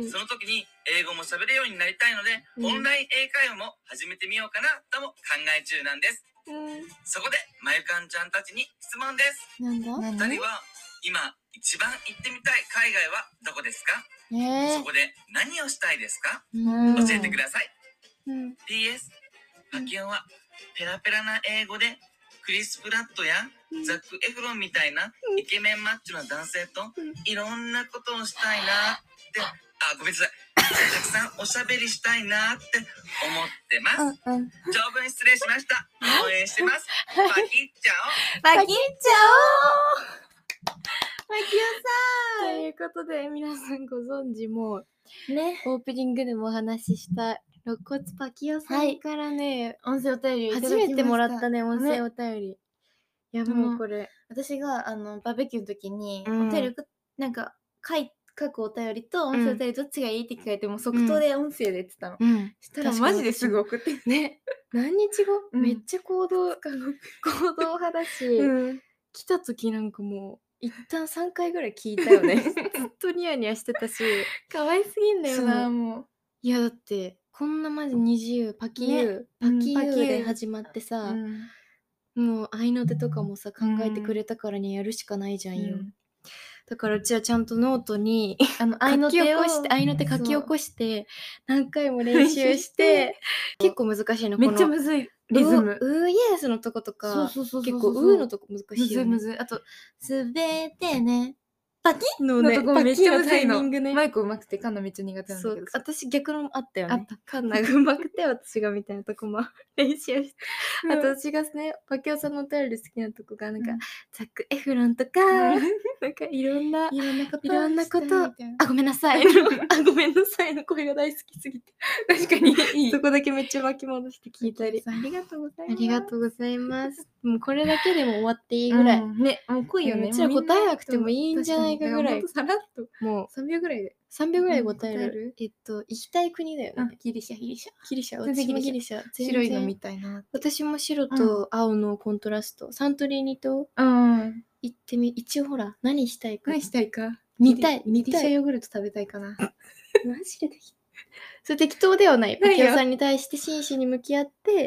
その時に英語も喋れるようになりたいので、うん、オンライン英会話も始めてみようかなとも考え中なんです。うん、そこでまゆかんちゃんたちに質問です。なんだ？ふたりは今一番行ってみたい海外はどこですか？えー、そこで何をしたいですか？うん、教えてください。うん、ピーエス パキオンはペラペラな英語でクリス・プラットやザック・エフロンみたいなイケメンマッチョな男性といろんなことをしたいなって、あ、ごめんなさい。たくさんおしゃべりしたいなって思ってます。うんうん、長文失礼しました。応援してます。パキッちゃおパキッちゃおパキオさんということで皆さんご存知もね、オープニングでもお話しした肋骨パキオさんからね、 はい、音声お便りいただきました。 初めてもらったね、音声お便り。ね、いやもうこれ、 私があのバーベキューの時に、うん、お便りなんか書い書くお便りと音声お便りどっちがいいって聞かれても、うん、即答で音声で言ってたの。うん、したらマジですぐ送ってね。何日後、うん、めっちゃ行動行動派だし、うん、来た時なんかもう一旦さんかいぐらい聞いたよね。ずっとニヤニヤしてたし、 可愛すぎんだよなもう。 いやだってこんなマジにじゅうパキユー、ね、パキユーで始まってさ、うん、もう合いの手とかもさ考えてくれたからにやるしかないじゃんよ。うん、だからうちはちゃんとノートにあの合いの手をして合いの手書き起こして何回も練習して結構難しいの。 めっちゃむずいリズム。 ウーイエスのとことか結構ウーのとこ難しいよね。 むずむず。あとすべてねパキのね、 のとこめっちゃむずいの。マイクうまくてカンナめっちゃ苦手なんだけど。 私逆のあったよね。カンナがうまくて私がみたいなとこも練習して。あと私がね、パキオさんのお便り好きなとこがなんか、うん、ザック・エフロンとか、うん、なんかいろんな、 いろんなこと、 いろんなこと、あ、ごめんなさい。あ、ごめんなさいの声が大好きすぎて。 確かにいい。 そこだけめっちゃ巻き戻して聞いたり。 ありがとうございます。 ありがとうございます。もうこれだけでも終わっていいぐらい。うん、 ね、もう濃いよね。 うちら答えなくてもいいんじゃないかぐらい。 さらっと。もうさんびょうぐらいで。 さんびょうぐらいで答える。うん、答えるえっと、行きたい国だよね。 ギリシャ、ギリシャ。 ギリシャ、私もギリシャ。 白いのみたいな。 私も白と青のコントラスト。サントリーニ島行ってみ、一応ほら、何したいか。 何したいか。 見たい。 ギリシャヨーグルト食べたいかな。 マジでできそれ適当ではない。パキオさんに対して真摯に向き合って、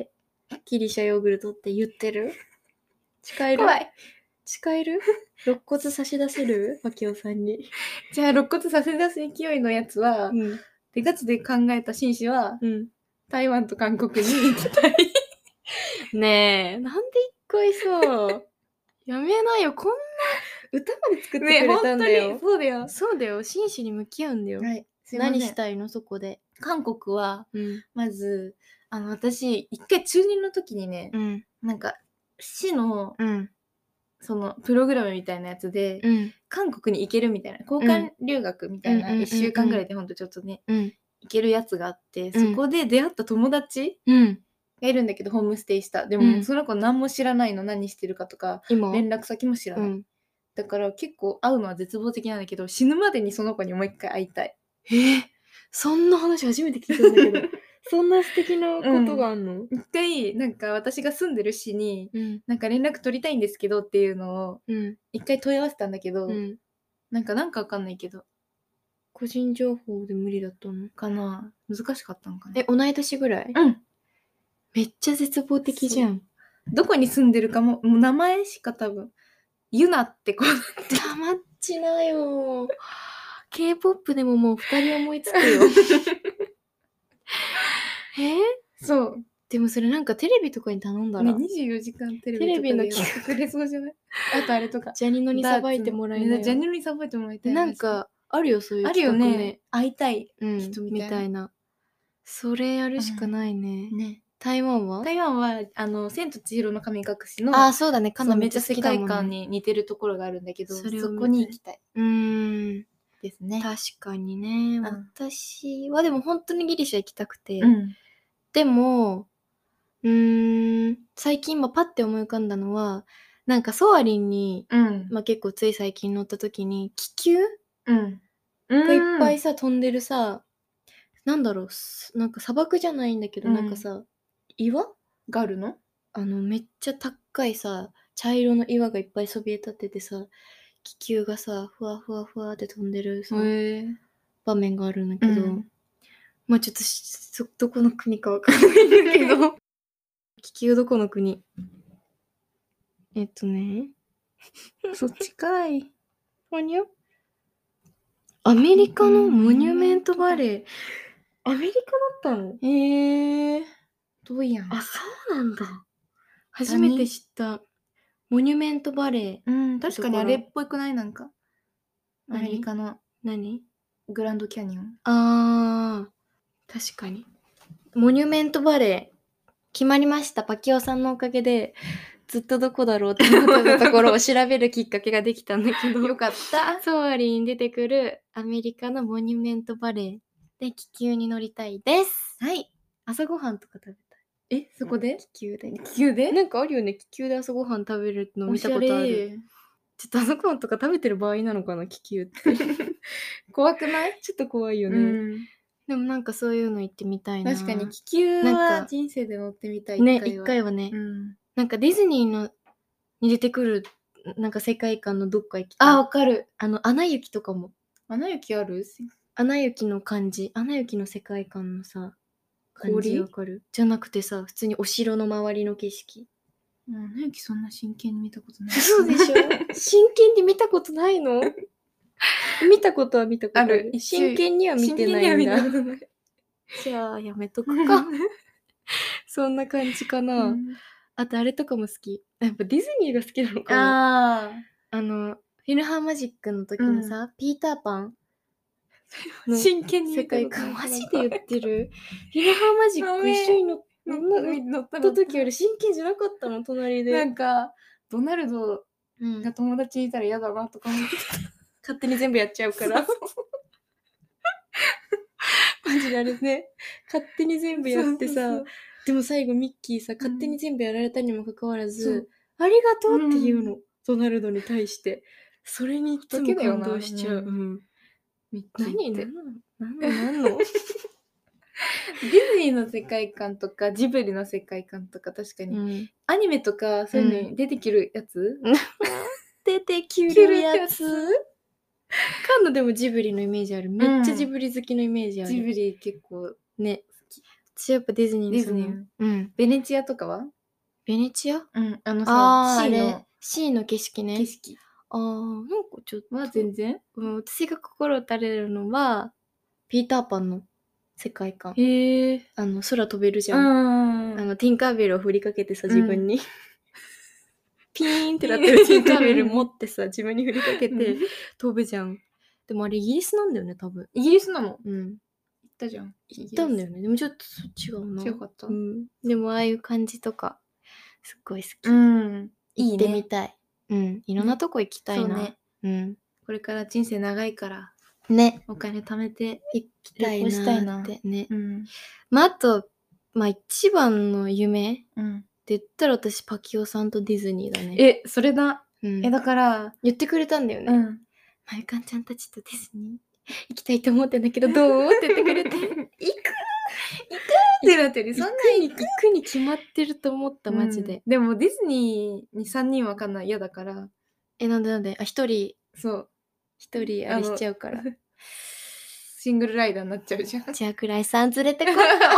ギリシャヨーグルトって言ってる。誓える？ 怖い。 誓える？肋骨差し出せる？パキオさんに。 じゃあ肋骨差し出す勢いのやつは、うん、でガチで考えた紳士は、うん、台湾と韓国に行きたい。 ねえ、なんで一回さ、やめなよ。こんな歌まで作ってくれたんだよ。 ね、そうだよ。 そうだよ。真摯に向き合うんだよ。はい。何したいのそこで。 韓国は、うん、まずあの私一回中にの時にね、うん、なんか市の、うん、そのプログラムみたいなやつで、うん、韓国に行けるみたいな交換留学みたいな、いっしゅうかんぐらいでほんとちょっとね、うん、行けるやつがあって、そこで出会った友達、うんがいるんだけどホームステイした。でも、うん、その子何も知らないの。何してるかとか連絡先も知らない、うん、だから結構会うのは絶望的なんだけど、死ぬまでにその子にもう一回会いたい。 えー、そんな話初めて聞いたんだけどそんな素敵なことがあんの、 うん、一回なんか私が住んでる市に、うん、なんか連絡取りたいんですけどっていうのを、うん、一回問い合わせたんだけど、うん、なんかなんかわかんないけど個人情報で無理だったのかな。難しかったのかな。 え、同い年ぐらい？ うん。 めっちゃ絶望的じゃん。 どこに住んでるかも、もう名前しか多分、ユナって子だって。 黙っちなよ。K-ポップ でももう二人思いつくよ。 え？そう。 でもそれなんかテレビとかに頼んだら。 ね、にじゅうよじかんテレビとかでやってくれそうじゃない？あとあれとか。 ジャニノにさばいてもらいなよ。 ジャニノにさばいてもらいたい。 なんか、あるよ、そういう企画ね。あるよね。会いたい人みたいな。 みたいな。それやるしかないね。ね。台湾は台湾はあの千と千尋の神隠しのあそうだね、 かなめっちゃ世界観に似てるところがあるんだけど、そ, そこに行きたい。 うーんですね。 確かにね。私はでも本当にギリシャ行きたくて、うん、でもうーん最近今パッて思い浮かんだのはなんかソアリンに、うんまあ、結構つい最近乗った時に気球、うん、がいっぱいさ飛んでるさ、なんだろうなんか砂漠じゃないんだけど、うん、なんかさ岩があるの？ あのめっちゃ高いさ茶色の岩がいっぱいそびえ立っててさ気球がさふわふわふわって飛んでるさ場面があるんだけど、うん、まあちょっとどこの国かわかんないんだけど気球どこの国えっとねそっちかい。 ほにゃアメリカのモニュメントバレー。アメリカだったの？ へえー。どうやん。 あ、そうなんだ。初めて知った。モニュメントバレー。 うん、確かにあれっぽくない？なんか。アメリカの。 何？ グランドキャニオン。 あー、確かに。モニュメントバレー。決まりました。パキオさんのおかげで。ずっとどこだろうって思ったところを調べるきっかけができたんだけどよかった。 ソアリーに出てくるアメリカのモニュメントバレーで気球に乗りたいです。 はい。 朝ごはんとか食べたい。え、そこで？ 気球で。 気球で？ なんかあるよね。気球で朝ごはん食べるの見たことある。ちょっと朝ごはんとか食べてる場合なのかな、気球って。 怖くない？ ちょっと怖いよね。うん、でもなんかそういうの行ってみたいな。 確かに気球は人生で乗ってみたい。 ね、一回はね。うんなんかディズニーのに出てくるなんか世界観のどっか行きたい。 あ、わかる。 あの、アナ雪とかも。 アナ雪ある？ アナ雪の感じ。アナ雪の世界観のさ、感じわかる？じゃなくてさ、普通にお城の周りの景色。 アナ雪そんな真剣に見たことない。 そうでしょ真剣に見たことないの見たことは見たことある。ある真剣には見てないんだ。じゃあ、やめとくか。そんな感じかな。うんあとあれとかも好き。やっぱディズニーが好きなのかな。ああの、フィルハーマジックの時のさ、うん、ピーターパンの真剣に世界観マジで言ってる。フィルハーマジック一緒に乗乗った時より真剣じゃなかったの、隣で。 なんか、ドナルドが友達にいたら嫌だなとか思って、うん、 勝手に全部やっちゃうから。マジであれね、勝手に全部やってさ、そうそうそうでも最後ミッキーさ、勝手に全部やられたにもかかわらず、うん、ありがとうって言うの、うん、ドナルドに対して。それにいつも感動しちゃう。うん、ミッキー何何の何の何のディズニーの世界観とかジブリの世界観とか確かに、うん、アニメとかそういうのに出てくるやつ、うん、 出てくるやつカンナでもジブリのイメージある。めっちゃジブリ好きのイメージある。 ジブリ結構ね。私やっぱディズニーディズニー。うん。ベネチアとかは？ ベネチア？ うん。あのさ、 シーの。シーの景色ね。 景色。 あー、なんかちょっと。 は全然？ うん。私が心打たれるのは、ピーターパンの世界観。 へー。 あの、空飛べるじゃん。うん。あの、ティンカーベルを振りかけてさ、自分に。うん、ピーンってなってるティンカーベル持ってさ、自分に振りかけて飛ぶじゃん。でもあれイギリスなんだよね、多分。 イギリスなの？ うん。 行ったじゃん。 行ったんだよね。でもちょっとそっち違うな。 違かった。 うん。でもああいう感じとか、すっごい好き。 うん。 行ってみたい。いいね、うん。いろんなとこ行きたいな。 そうね。 うん。 これから人生長いから。 ね。 お金貯めて行きたいなーってね。 うん。 まああと、まあ一番の夢、 うん、 って言ったら私パキオさんとディズニーだね。 え、それだ。 うん、 え、だから言ってくれたんだよね。 うん。 まゆかんちゃんたちとディズニー行きたいと思ってんだけどどうって言ってくれて行く行くってなってる。そんなに行くに決まってると思ったマジで、 うん、でもディズニーにさんにんわかんない嫌だから。 え、なんでなんであ、一人そう一人あれしちゃうからシングルライダーになっちゃうじゃん。 じゃあくらいさん連れてこい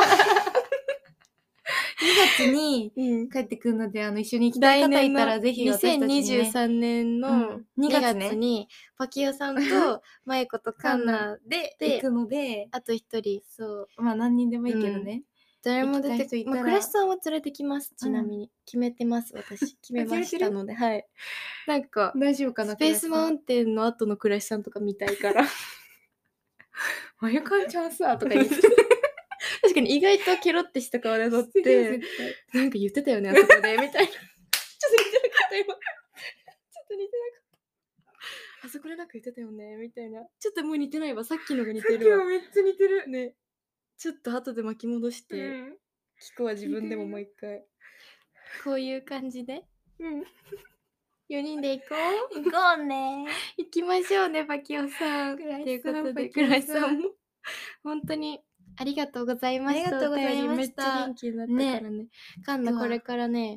にがつに帰ってくるので、うん、あの一緒に行きたい方いたらぜひ私たちに、ね、 にせんにじゅうさんねんのにがつにパキオさんとマイコとカンナで行くので、 あと一人そうまあ何人でもいいけどね、うん、 誰も出てきたら、まあ、クラシさんは連れてきます。ちなみに、うん、決めてます私決めましたのではいなんか大丈夫かな。 スペースマウンテンの後のクラシさんとか見たいからまゆかんちゃんさとか言って確かに意外とケロってした顔で撮ってなんか言ってたよねあそこでみたいなちょっと似てなかった今ちょっと似てなかったあそこでなんか言ってたよねみたいなちょっともう似てないわさっきのが似てるわ。 さっきはめっちゃ似てるね。ちょっと後で巻き戻して聞くわ、うん、自分でももう一回こういう感じで、 うん、 よにんで行こう行こうね行きましょうねパキオさんということでクライさんも本当にありがとうございました。 ありがとうございました。 めっちゃ元気になったからね。カンナこれからね、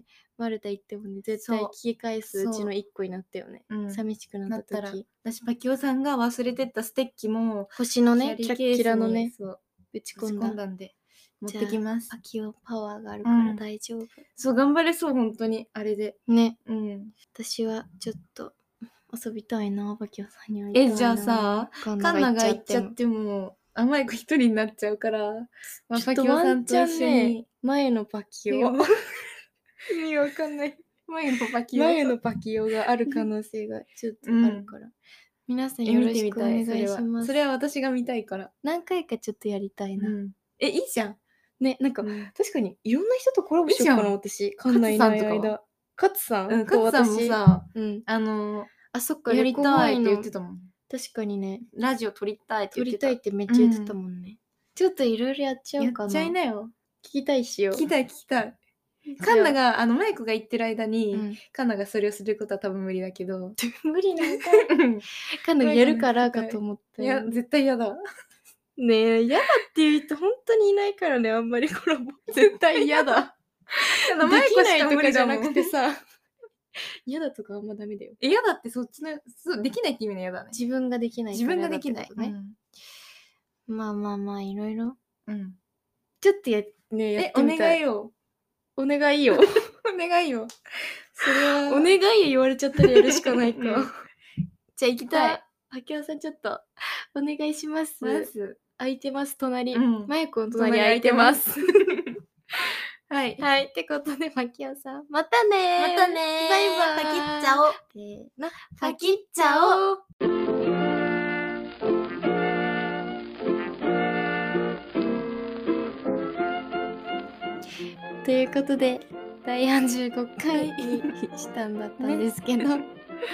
マルタ行ってもね絶対聞き返すうちの一個になったよね、うん、寂しくなった時。 私パキオさんが忘れてったステッキも星のねキラキラのねそう打ち込んだ、 打ち込んだんで持ってきます。 パキオパワーがあるから大丈夫、うん、 そう頑張れそう本当にあれでね、 うん、 私はちょっと遊びたいなパキオさんに会いたいな。 えじゃあさカンナが行っちゃってもあまい子一人になっちゃうから、 まあ、パキオさんと一緒に、ね、前のパキオ意味わかんない前のパキオ前のパキオがある可能性がちょっとあるから、うん、皆さんよろしくお願いします。 それは私が見たいから何回かちょっとやりたいな、うん、 えいいじゃんね、なんか、うん、確かにいろんな人とコラボしようかな私カンナいない間。カツさんうん、カツさんもさ、うん、あのー、 あそっかやりたいって言ってたもん。 確かにねラジオ撮りたいって言ってた。 撮りたいってめっちゃ言ってたもんね、うん、ちょっといろいろやっちゃうかな。 やっちゃいなよ。 聞きたいしよう。 聞きたい聞きたい。カンナがあのマイクが言ってる間に、うん、カンナがそれをすることは多分無理だけど無理なんかカンナがやるからかと思った。 いや絶対嫌だねえ嫌だっていう人本当にいないからねあんまりコラボ絶対嫌だできないとかじゃなくてさ嫌だとかあんまダメだよ。 嫌だってそっちのそうできないって意味の嫌だね。 自分ができない自分ができない、 ねうん、まあまあまあいろいろ、 うん、 ちょっとやねやってみたい。 えお願いよお願いよお願いよそれはお願いよ言われちゃったらやるしかないか、うん、じゃあ行きたい。パキオさんちょっとお願いします。 ます空いてます隣、 うん、 マイクの隣空いてますはいはいってことでパキオさんまたねまたねバイバイ。 パキっちゃおうパキっちゃおうということでだいよんじゅうごかいにしたんだったんですけど、ね、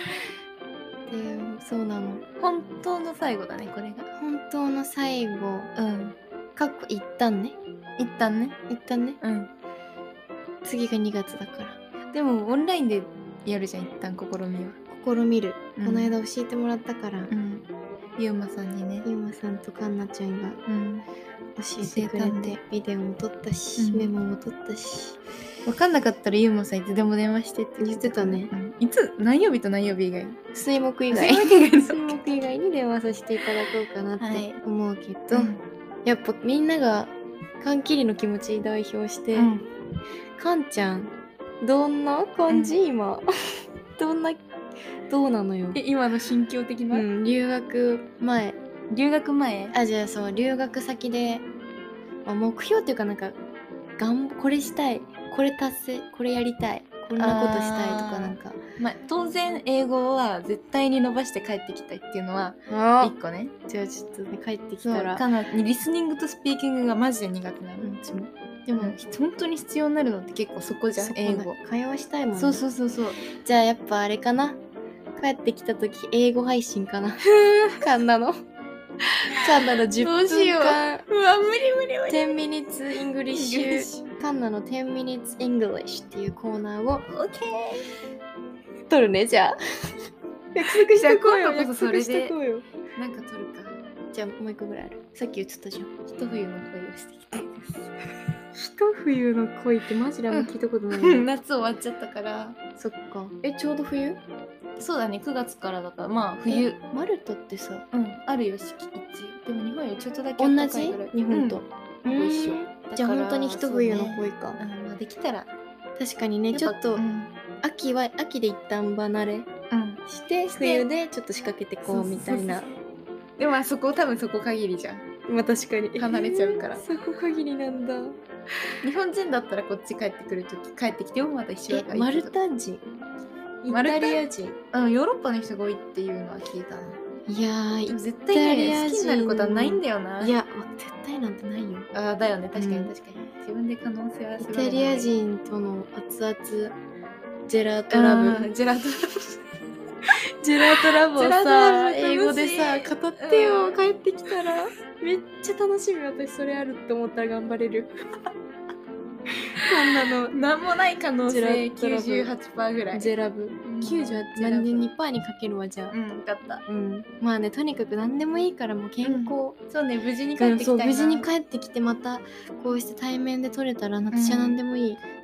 でそうなの本当の最後だねこれが本当の最後うんかっこ一旦ね一旦ね一旦ねうん次がにがつだからでもオンラインでやるじゃん一旦試みは試みる、うん、この間教えてもらったから、うん、 ゆうまさんにねゆうまさんとかんなちゃんが、うん、教えてくれてビデオも撮ったし、うん、メモも撮ったし分かんなかったらゆうまさんいつでも電話してって言ってたね、 うん、いつ何曜日と何曜日以外水木以外水木以外に電話させていただこうかなって思うけど、はいうん、やっぱみんながカンキリの気持ち代表して、うん、カンちゃんどんな感じ、うん、今どんなどうなのよえ今の心境的な、 うん、留学前留学前あじゃあそう留学先で、まあ、目標っていうかなんかがんこれしたいこれ達成これやりたいこんなことしたいとかなんかまあ当然英語は絶対に伸ばして帰ってきたいっていうのは一個ね。 じゃあちょっとね帰ってきたらかなりリスニングとスピーキングがマジで苦手なの、うん、私もでも、うん、本当に必要になるのって結構そこじゃん英語会話したいもんね。 そうそうそうそうじゃあやっぱあれかな帰ってきた時英語配信かなカンナのカンナのじゅっぷんかんどうしよううわ無理無理無理じゅう minutes English カンナのじゅう minutes English っていうコーナーを OK 撮るねじゃあ約束してこうよ今度こそそれでなんか撮るか。じゃあもう一個ぐらいある。さっき言ってたじゃん一冬の恋をしてきたいです一冬の恋ってマジであんま聞いたことない、 うん、夏終わっちゃったからそっかえちょうど冬そうだねくがつからだからまあ冬マルタってさうんあるよ四季一でも日本よりちょっとだけ暖かいぐらい同じ日本と、 うん、一緒じゃあ本当に一冬の恋か、 ねうんまあ、できたら確かにねちょっと、うん、秋は秋で一旦離れ、うん、して冬でちょっと仕掛けてこうみたいな。 でもあそこ多分そこ限りじゃん。 まあ確かに離れちゃうからそこ限りなんだ。 日本人だったらこっち帰ってくるとき帰ってきてもまた一緒だから。 マルタ人イタリア人うんヨーロッパの人が多いっていうのは聞いたな。 いやー絶対ね好きになることはないんだよな。 いや絶対なんてないよ。 あだよね確かに確かに、うん、自分で可能性はすごい。 イタリア人との熱々ジェラートラブジェラートラブジェラートラブをさ英語でさ語ってよ、うん、帰ってきたらめっちゃ楽しみ。私それあるって思ったら頑張れるこんなのなんもない可能性 きゅうじゅうはちパーセント ぐらいジェラブきゅうじゅうはちなんで にパーセント にかけるわじゃあうん分かった、 うん、まあねとにかく何でもいいからもう健康、 うん、そうね無事に帰ってきたいな。 そう無事に帰ってきてまたこうして対面で撮れたら私は何でもいい、うん、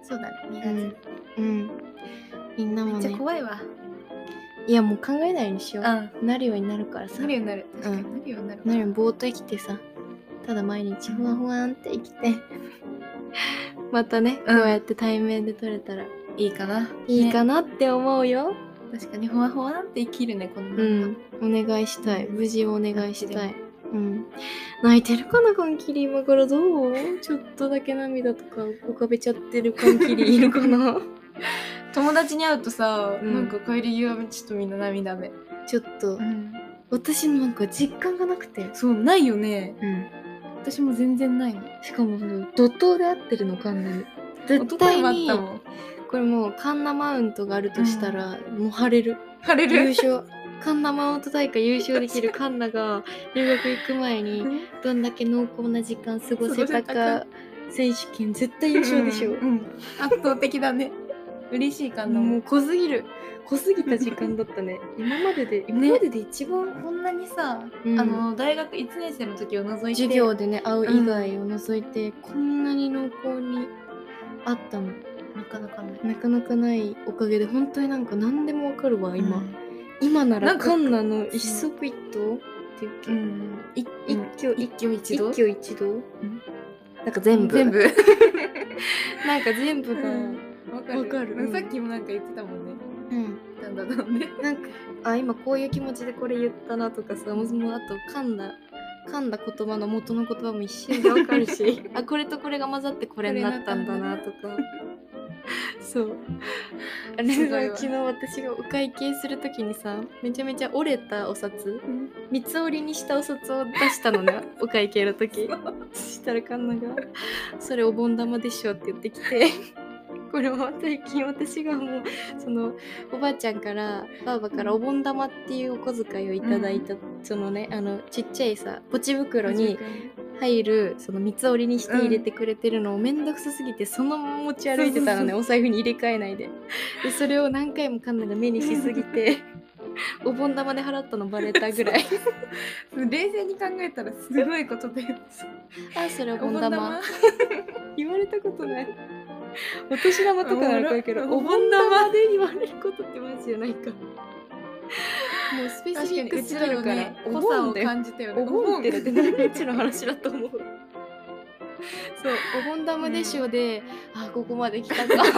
そうだね、にがつ、 うん、うん、みんなもねめっちゃ怖いわ。 いやもう考えないようにしよう、 うん、 なるようになるからさ。 なるようになる、確かに、うん、なるようになる、 なるようにぼーっと生きてさ、ただ毎日ふわふわんって生きて、うん、またね、うん、こうやって対面で撮れたらいいかな、 いいかなって思うよ、ね、 確かにふわふわんって生きるね、このまま、 うん、お願いしたい、無事をお願いしたい。うん、泣いてるかな、カンキリ。今からどう？ちょっとだけ涙とか浮かべちゃってるカンキリいるかな友達に会うとさ、うん、なんか帰り際ちょっとみんな涙目。 ちょっと、うん、私のなんか実感がなくて。 そう、ないよね。 うん。 私も全然ないの。 しかも怒涛で会ってるの、カンナに。絶対にこれもうカンナマウントがあるとしたら、うん、もう晴れる。 晴れる。 優勝。カンナマウント大会優勝できるカンナが留学行く前にどんだけ濃厚な時間過ごせたか選手権絶対優勝でしょ、うんうん、 圧倒的だね。嬉しいカンナも。 もう濃すぎる濃すぎた時間だったね今までで今までで一番、 ね、こんなにさ、うん、あの大学いちねん生の時を除いて授業でね会う以外を除いて、うん、こんなに濃厚に会ったのなかなかないなかなかないおかげで本当になんか何でもわかるわ今、うん、今ならカンナの一足一刀っていうっけ、うん、一挙一挙一動一挙一動、うん、なんか全部全部なんか全部がわかる、わかる、うん、さっきもなんか言ってたもんね。うん。なんだなんでなんかあ今こういう気持ちでこれ言ったなとかさ、もうあと噛んだ噛んだ言葉の元の言葉も一瞬でわかるしあこれとこれが混ざってこれになったんだなとかそうあれ昨日私がお会計するときにさめちゃめちゃ折れたお札、うん、三つ折りにしたお札を出したのねお会計の時そしたらカンナがそれお盆玉でしょって言ってきてこれは最近私がもうそのおばあちゃんからばあばからお盆玉っていうお小遣いをいただいた、うん、そのねあのちっちゃいさポチ袋に入るその三つ折りにして入れてくれてるのをめんどくさすぎてそのまま持ち歩いてたのね、お財布に入れ替えないででそれを何回もカンナが目にしすぎてお盆玉で払ったのバレたぐらい冷静に考えたらすごいことであそれお盆玉言われたことないお年玉とかなら怖いけどお盆玉で言われることってマジじゃないかもうスペシフィックすぎるから、ね、 お盆で感じたよね。 お盆ってだって何日の話だと思うそうお盆玉でしょで、うん、あここまで来たかって思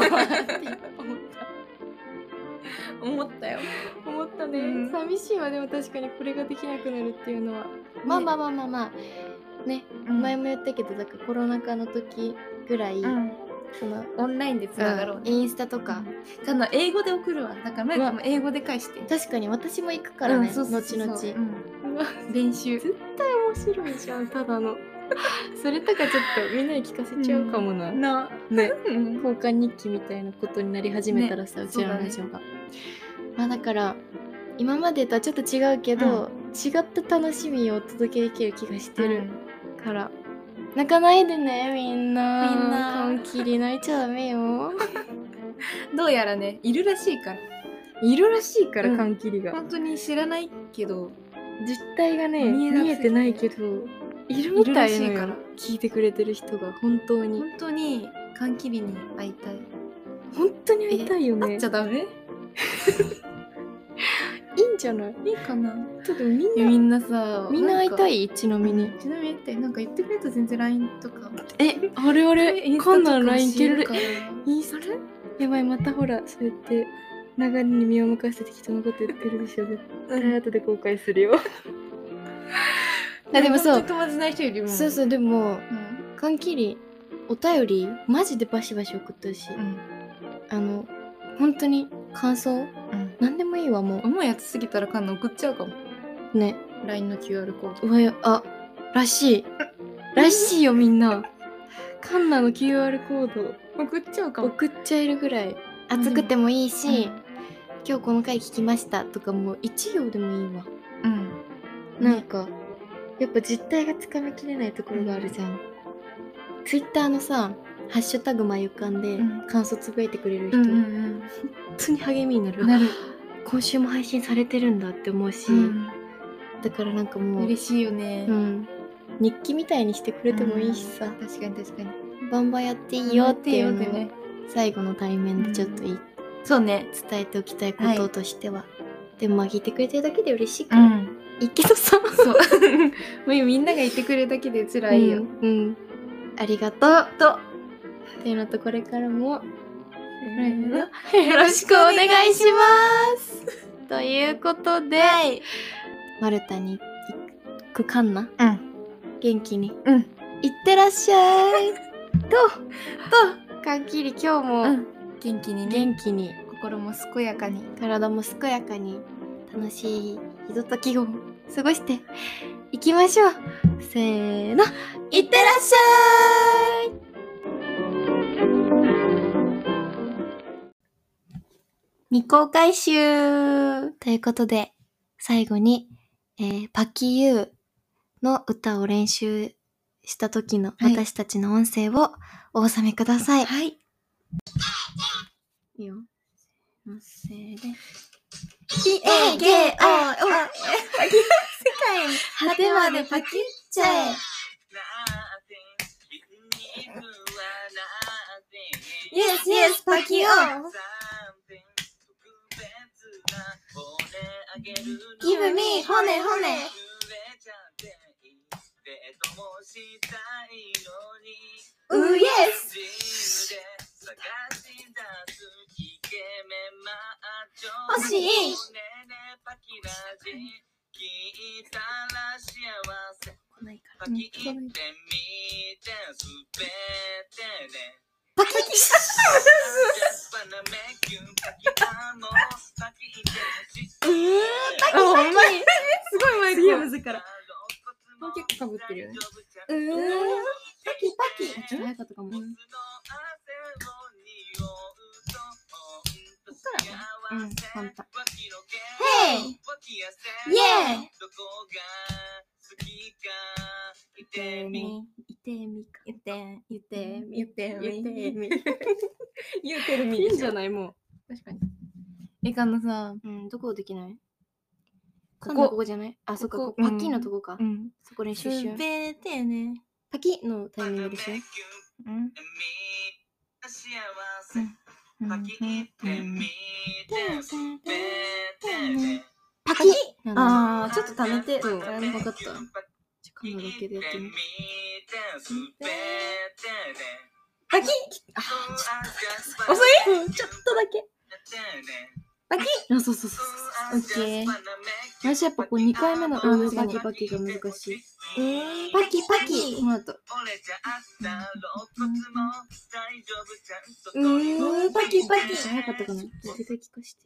った思ったよ思ったね、うん、寂しいわ。でも確かにこれができなくなるっていうのは、ね、まあまあまあまあまあね、うん、前も言ったけどだからコロナ禍の時ぐらい、うんそのオンラインでつながろう、ね、 インスタとか、 うん、英語で送るわ。だからマイクも英語で返して確かに私も行くからね、うん、後々、 うん、練習絶対面白いじゃんただのそれとかちょっとみんなに聞かせちゃうかもな、うん、 なね交換日記みたいなことになり始めたらさ、ね、うちらのラジオが、ね、まあだから今までとはちょっと違うけど、うん、違った楽しみをお届けできる気がしてる、うん、から泣かないでねみんなみんなカンキリ泣いちゃダメよどうやらねいるらしいからいるらしいから、うん、カンキリが本当に知らないけど実態がね見え、見えてないけどいるみたいのよ聞いてくれてる人が本当に本当にカンキリに会いたい本当に会いたいよね会っちゃダメいいんじゃないいいかなちょっとみんなみんなさみんな会いたいちなみにちなみにってなんか言ってくれると全然 ライン とかえあれあれカンナの ライン いけるインスタやばいまたほらそうやって流れに身を任せて人のこと言ってるでしょ絶対後で後悔するよあでもそう友達ない人よりもそうそうでも、うん、カンキリお便りマジでバシバシ送ったし、うん、あの本当に感想、うん、何でもいいわもう思うやつすぎたらカンナ送っちゃうかもねライン の キューアール コードうわよあらしいらしいよみんなカンナの キューアール コード送っちゃうかも送っちゃえるぐらい熱くてもいいし、うん、今日この回聞きましたとかもう一行でもいいわうんなんか、ね、やっぱ実態がつかみきれないところがあるじゃん、うん、ツイッターのさハッシュタグまゆかんで感想つぶやいてくれる人、うんうんうん、本当に励みになるなる今週も配信されてるんだって思うし、うん、だからなんかもう嬉しいよね、 うん、日記みたいにしてくれてもいいしさ、 うん、確かに確かにバンバンやっていいよっていうのを、ね、 最後の対面でちょっといい、うん、 そうね、 伝えておきたいこととしては、はい、でもまあ聞いてくれてるだけで嬉しいから、うん、いいけどさ、そうもうみんながいてくれるだけでうちらいいよ、うん、 うん、ありがとうとっていうのと、これからもよろしくお願いしますということで、はい、マルタに行くかんな、うん、元気に、うん、いってらっしゃいととかっきり今日も、うん、 元気にね、 元気に、 心も健やかに、 体も健やかに、楽しいひとときを過ごしていきましょう。せーの、いってらっしゃい。未公開集ということで、最後に、えー、パキユーの歌を練習した時の私たちの音声をお収めください。はい。いいよ。せーで。P A K O パキ世界の果てまでパキっちゃえ。Yes, yes, パキオ。Give me 骨骨。う Yes。欲しい。来ないから。来ない。パキッうーパキパキすごい前でむずいから結構かぶってるよね。 うーパキパキちょっと早かったかも。こっからうん、簡単。ヘイイェーイ言ってみ言ってみか言って言ってみ言ってみ言ってみ言ってるみいいんじゃないもう確かに。えかのさ、 うん、どこできない？ここここじゃない？あ、そっか、パキのとこか。うん。そこ練習しよう。 すべてね。 パキのタイミングでしょ？うん。パキってみてすべてね。パキ！ あー、ちょっと溜めて。 そう、分かった。カナだけでやってみて。パキ！あ、遅い？ちょっとだけ。パキ！あ、そうそうそうそう。オッケー。私やっぱこうにかいめのうんパキパキが難しい。うーん、パキパキ。この後。うーん、パキパキ。早かったかな？絶対聞かして。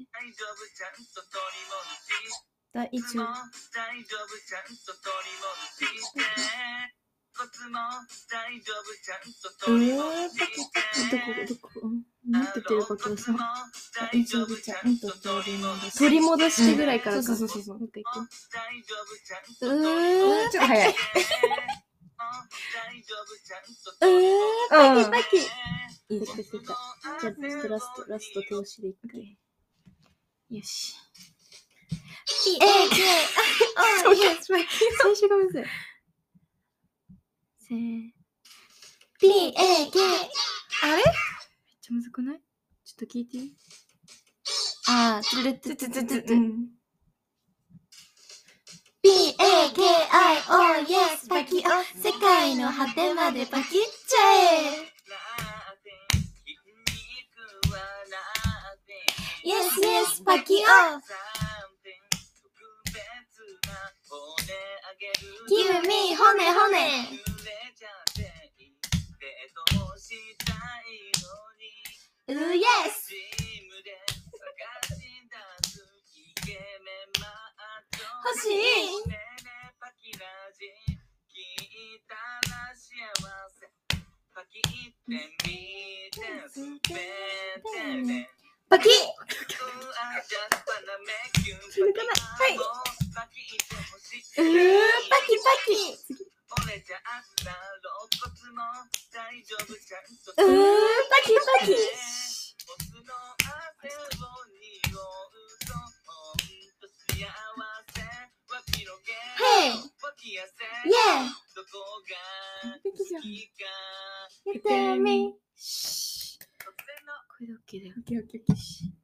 大丈夫。えー、パキパキ。どこどこ？なんて言ってるかとさ。大丈夫ちゃんと取り戻し。取り戻してぐらいからか。 そうそうそうそう。 もう一回言って。うーん、 ちょっと早い。 うーん、パキパキ。いいじゃん。じゃあ、ちょっとラスト、ラスト通しでいっかい。よし。P A K O yes 最初がむずい。せー P A K あれ？めっちゃむずくない？ちょっと聞いていい？あー、つるつつつつつ。P A K I O yes パキオ世界の果てまでパキっちゃえ。Yes yes パキオGive me 骨骨う Yes 欲しいパキ続かない。はい。うーパキパキうーパキパキヘイイェー言ってみだよ。 オッケーオッケーオッケー。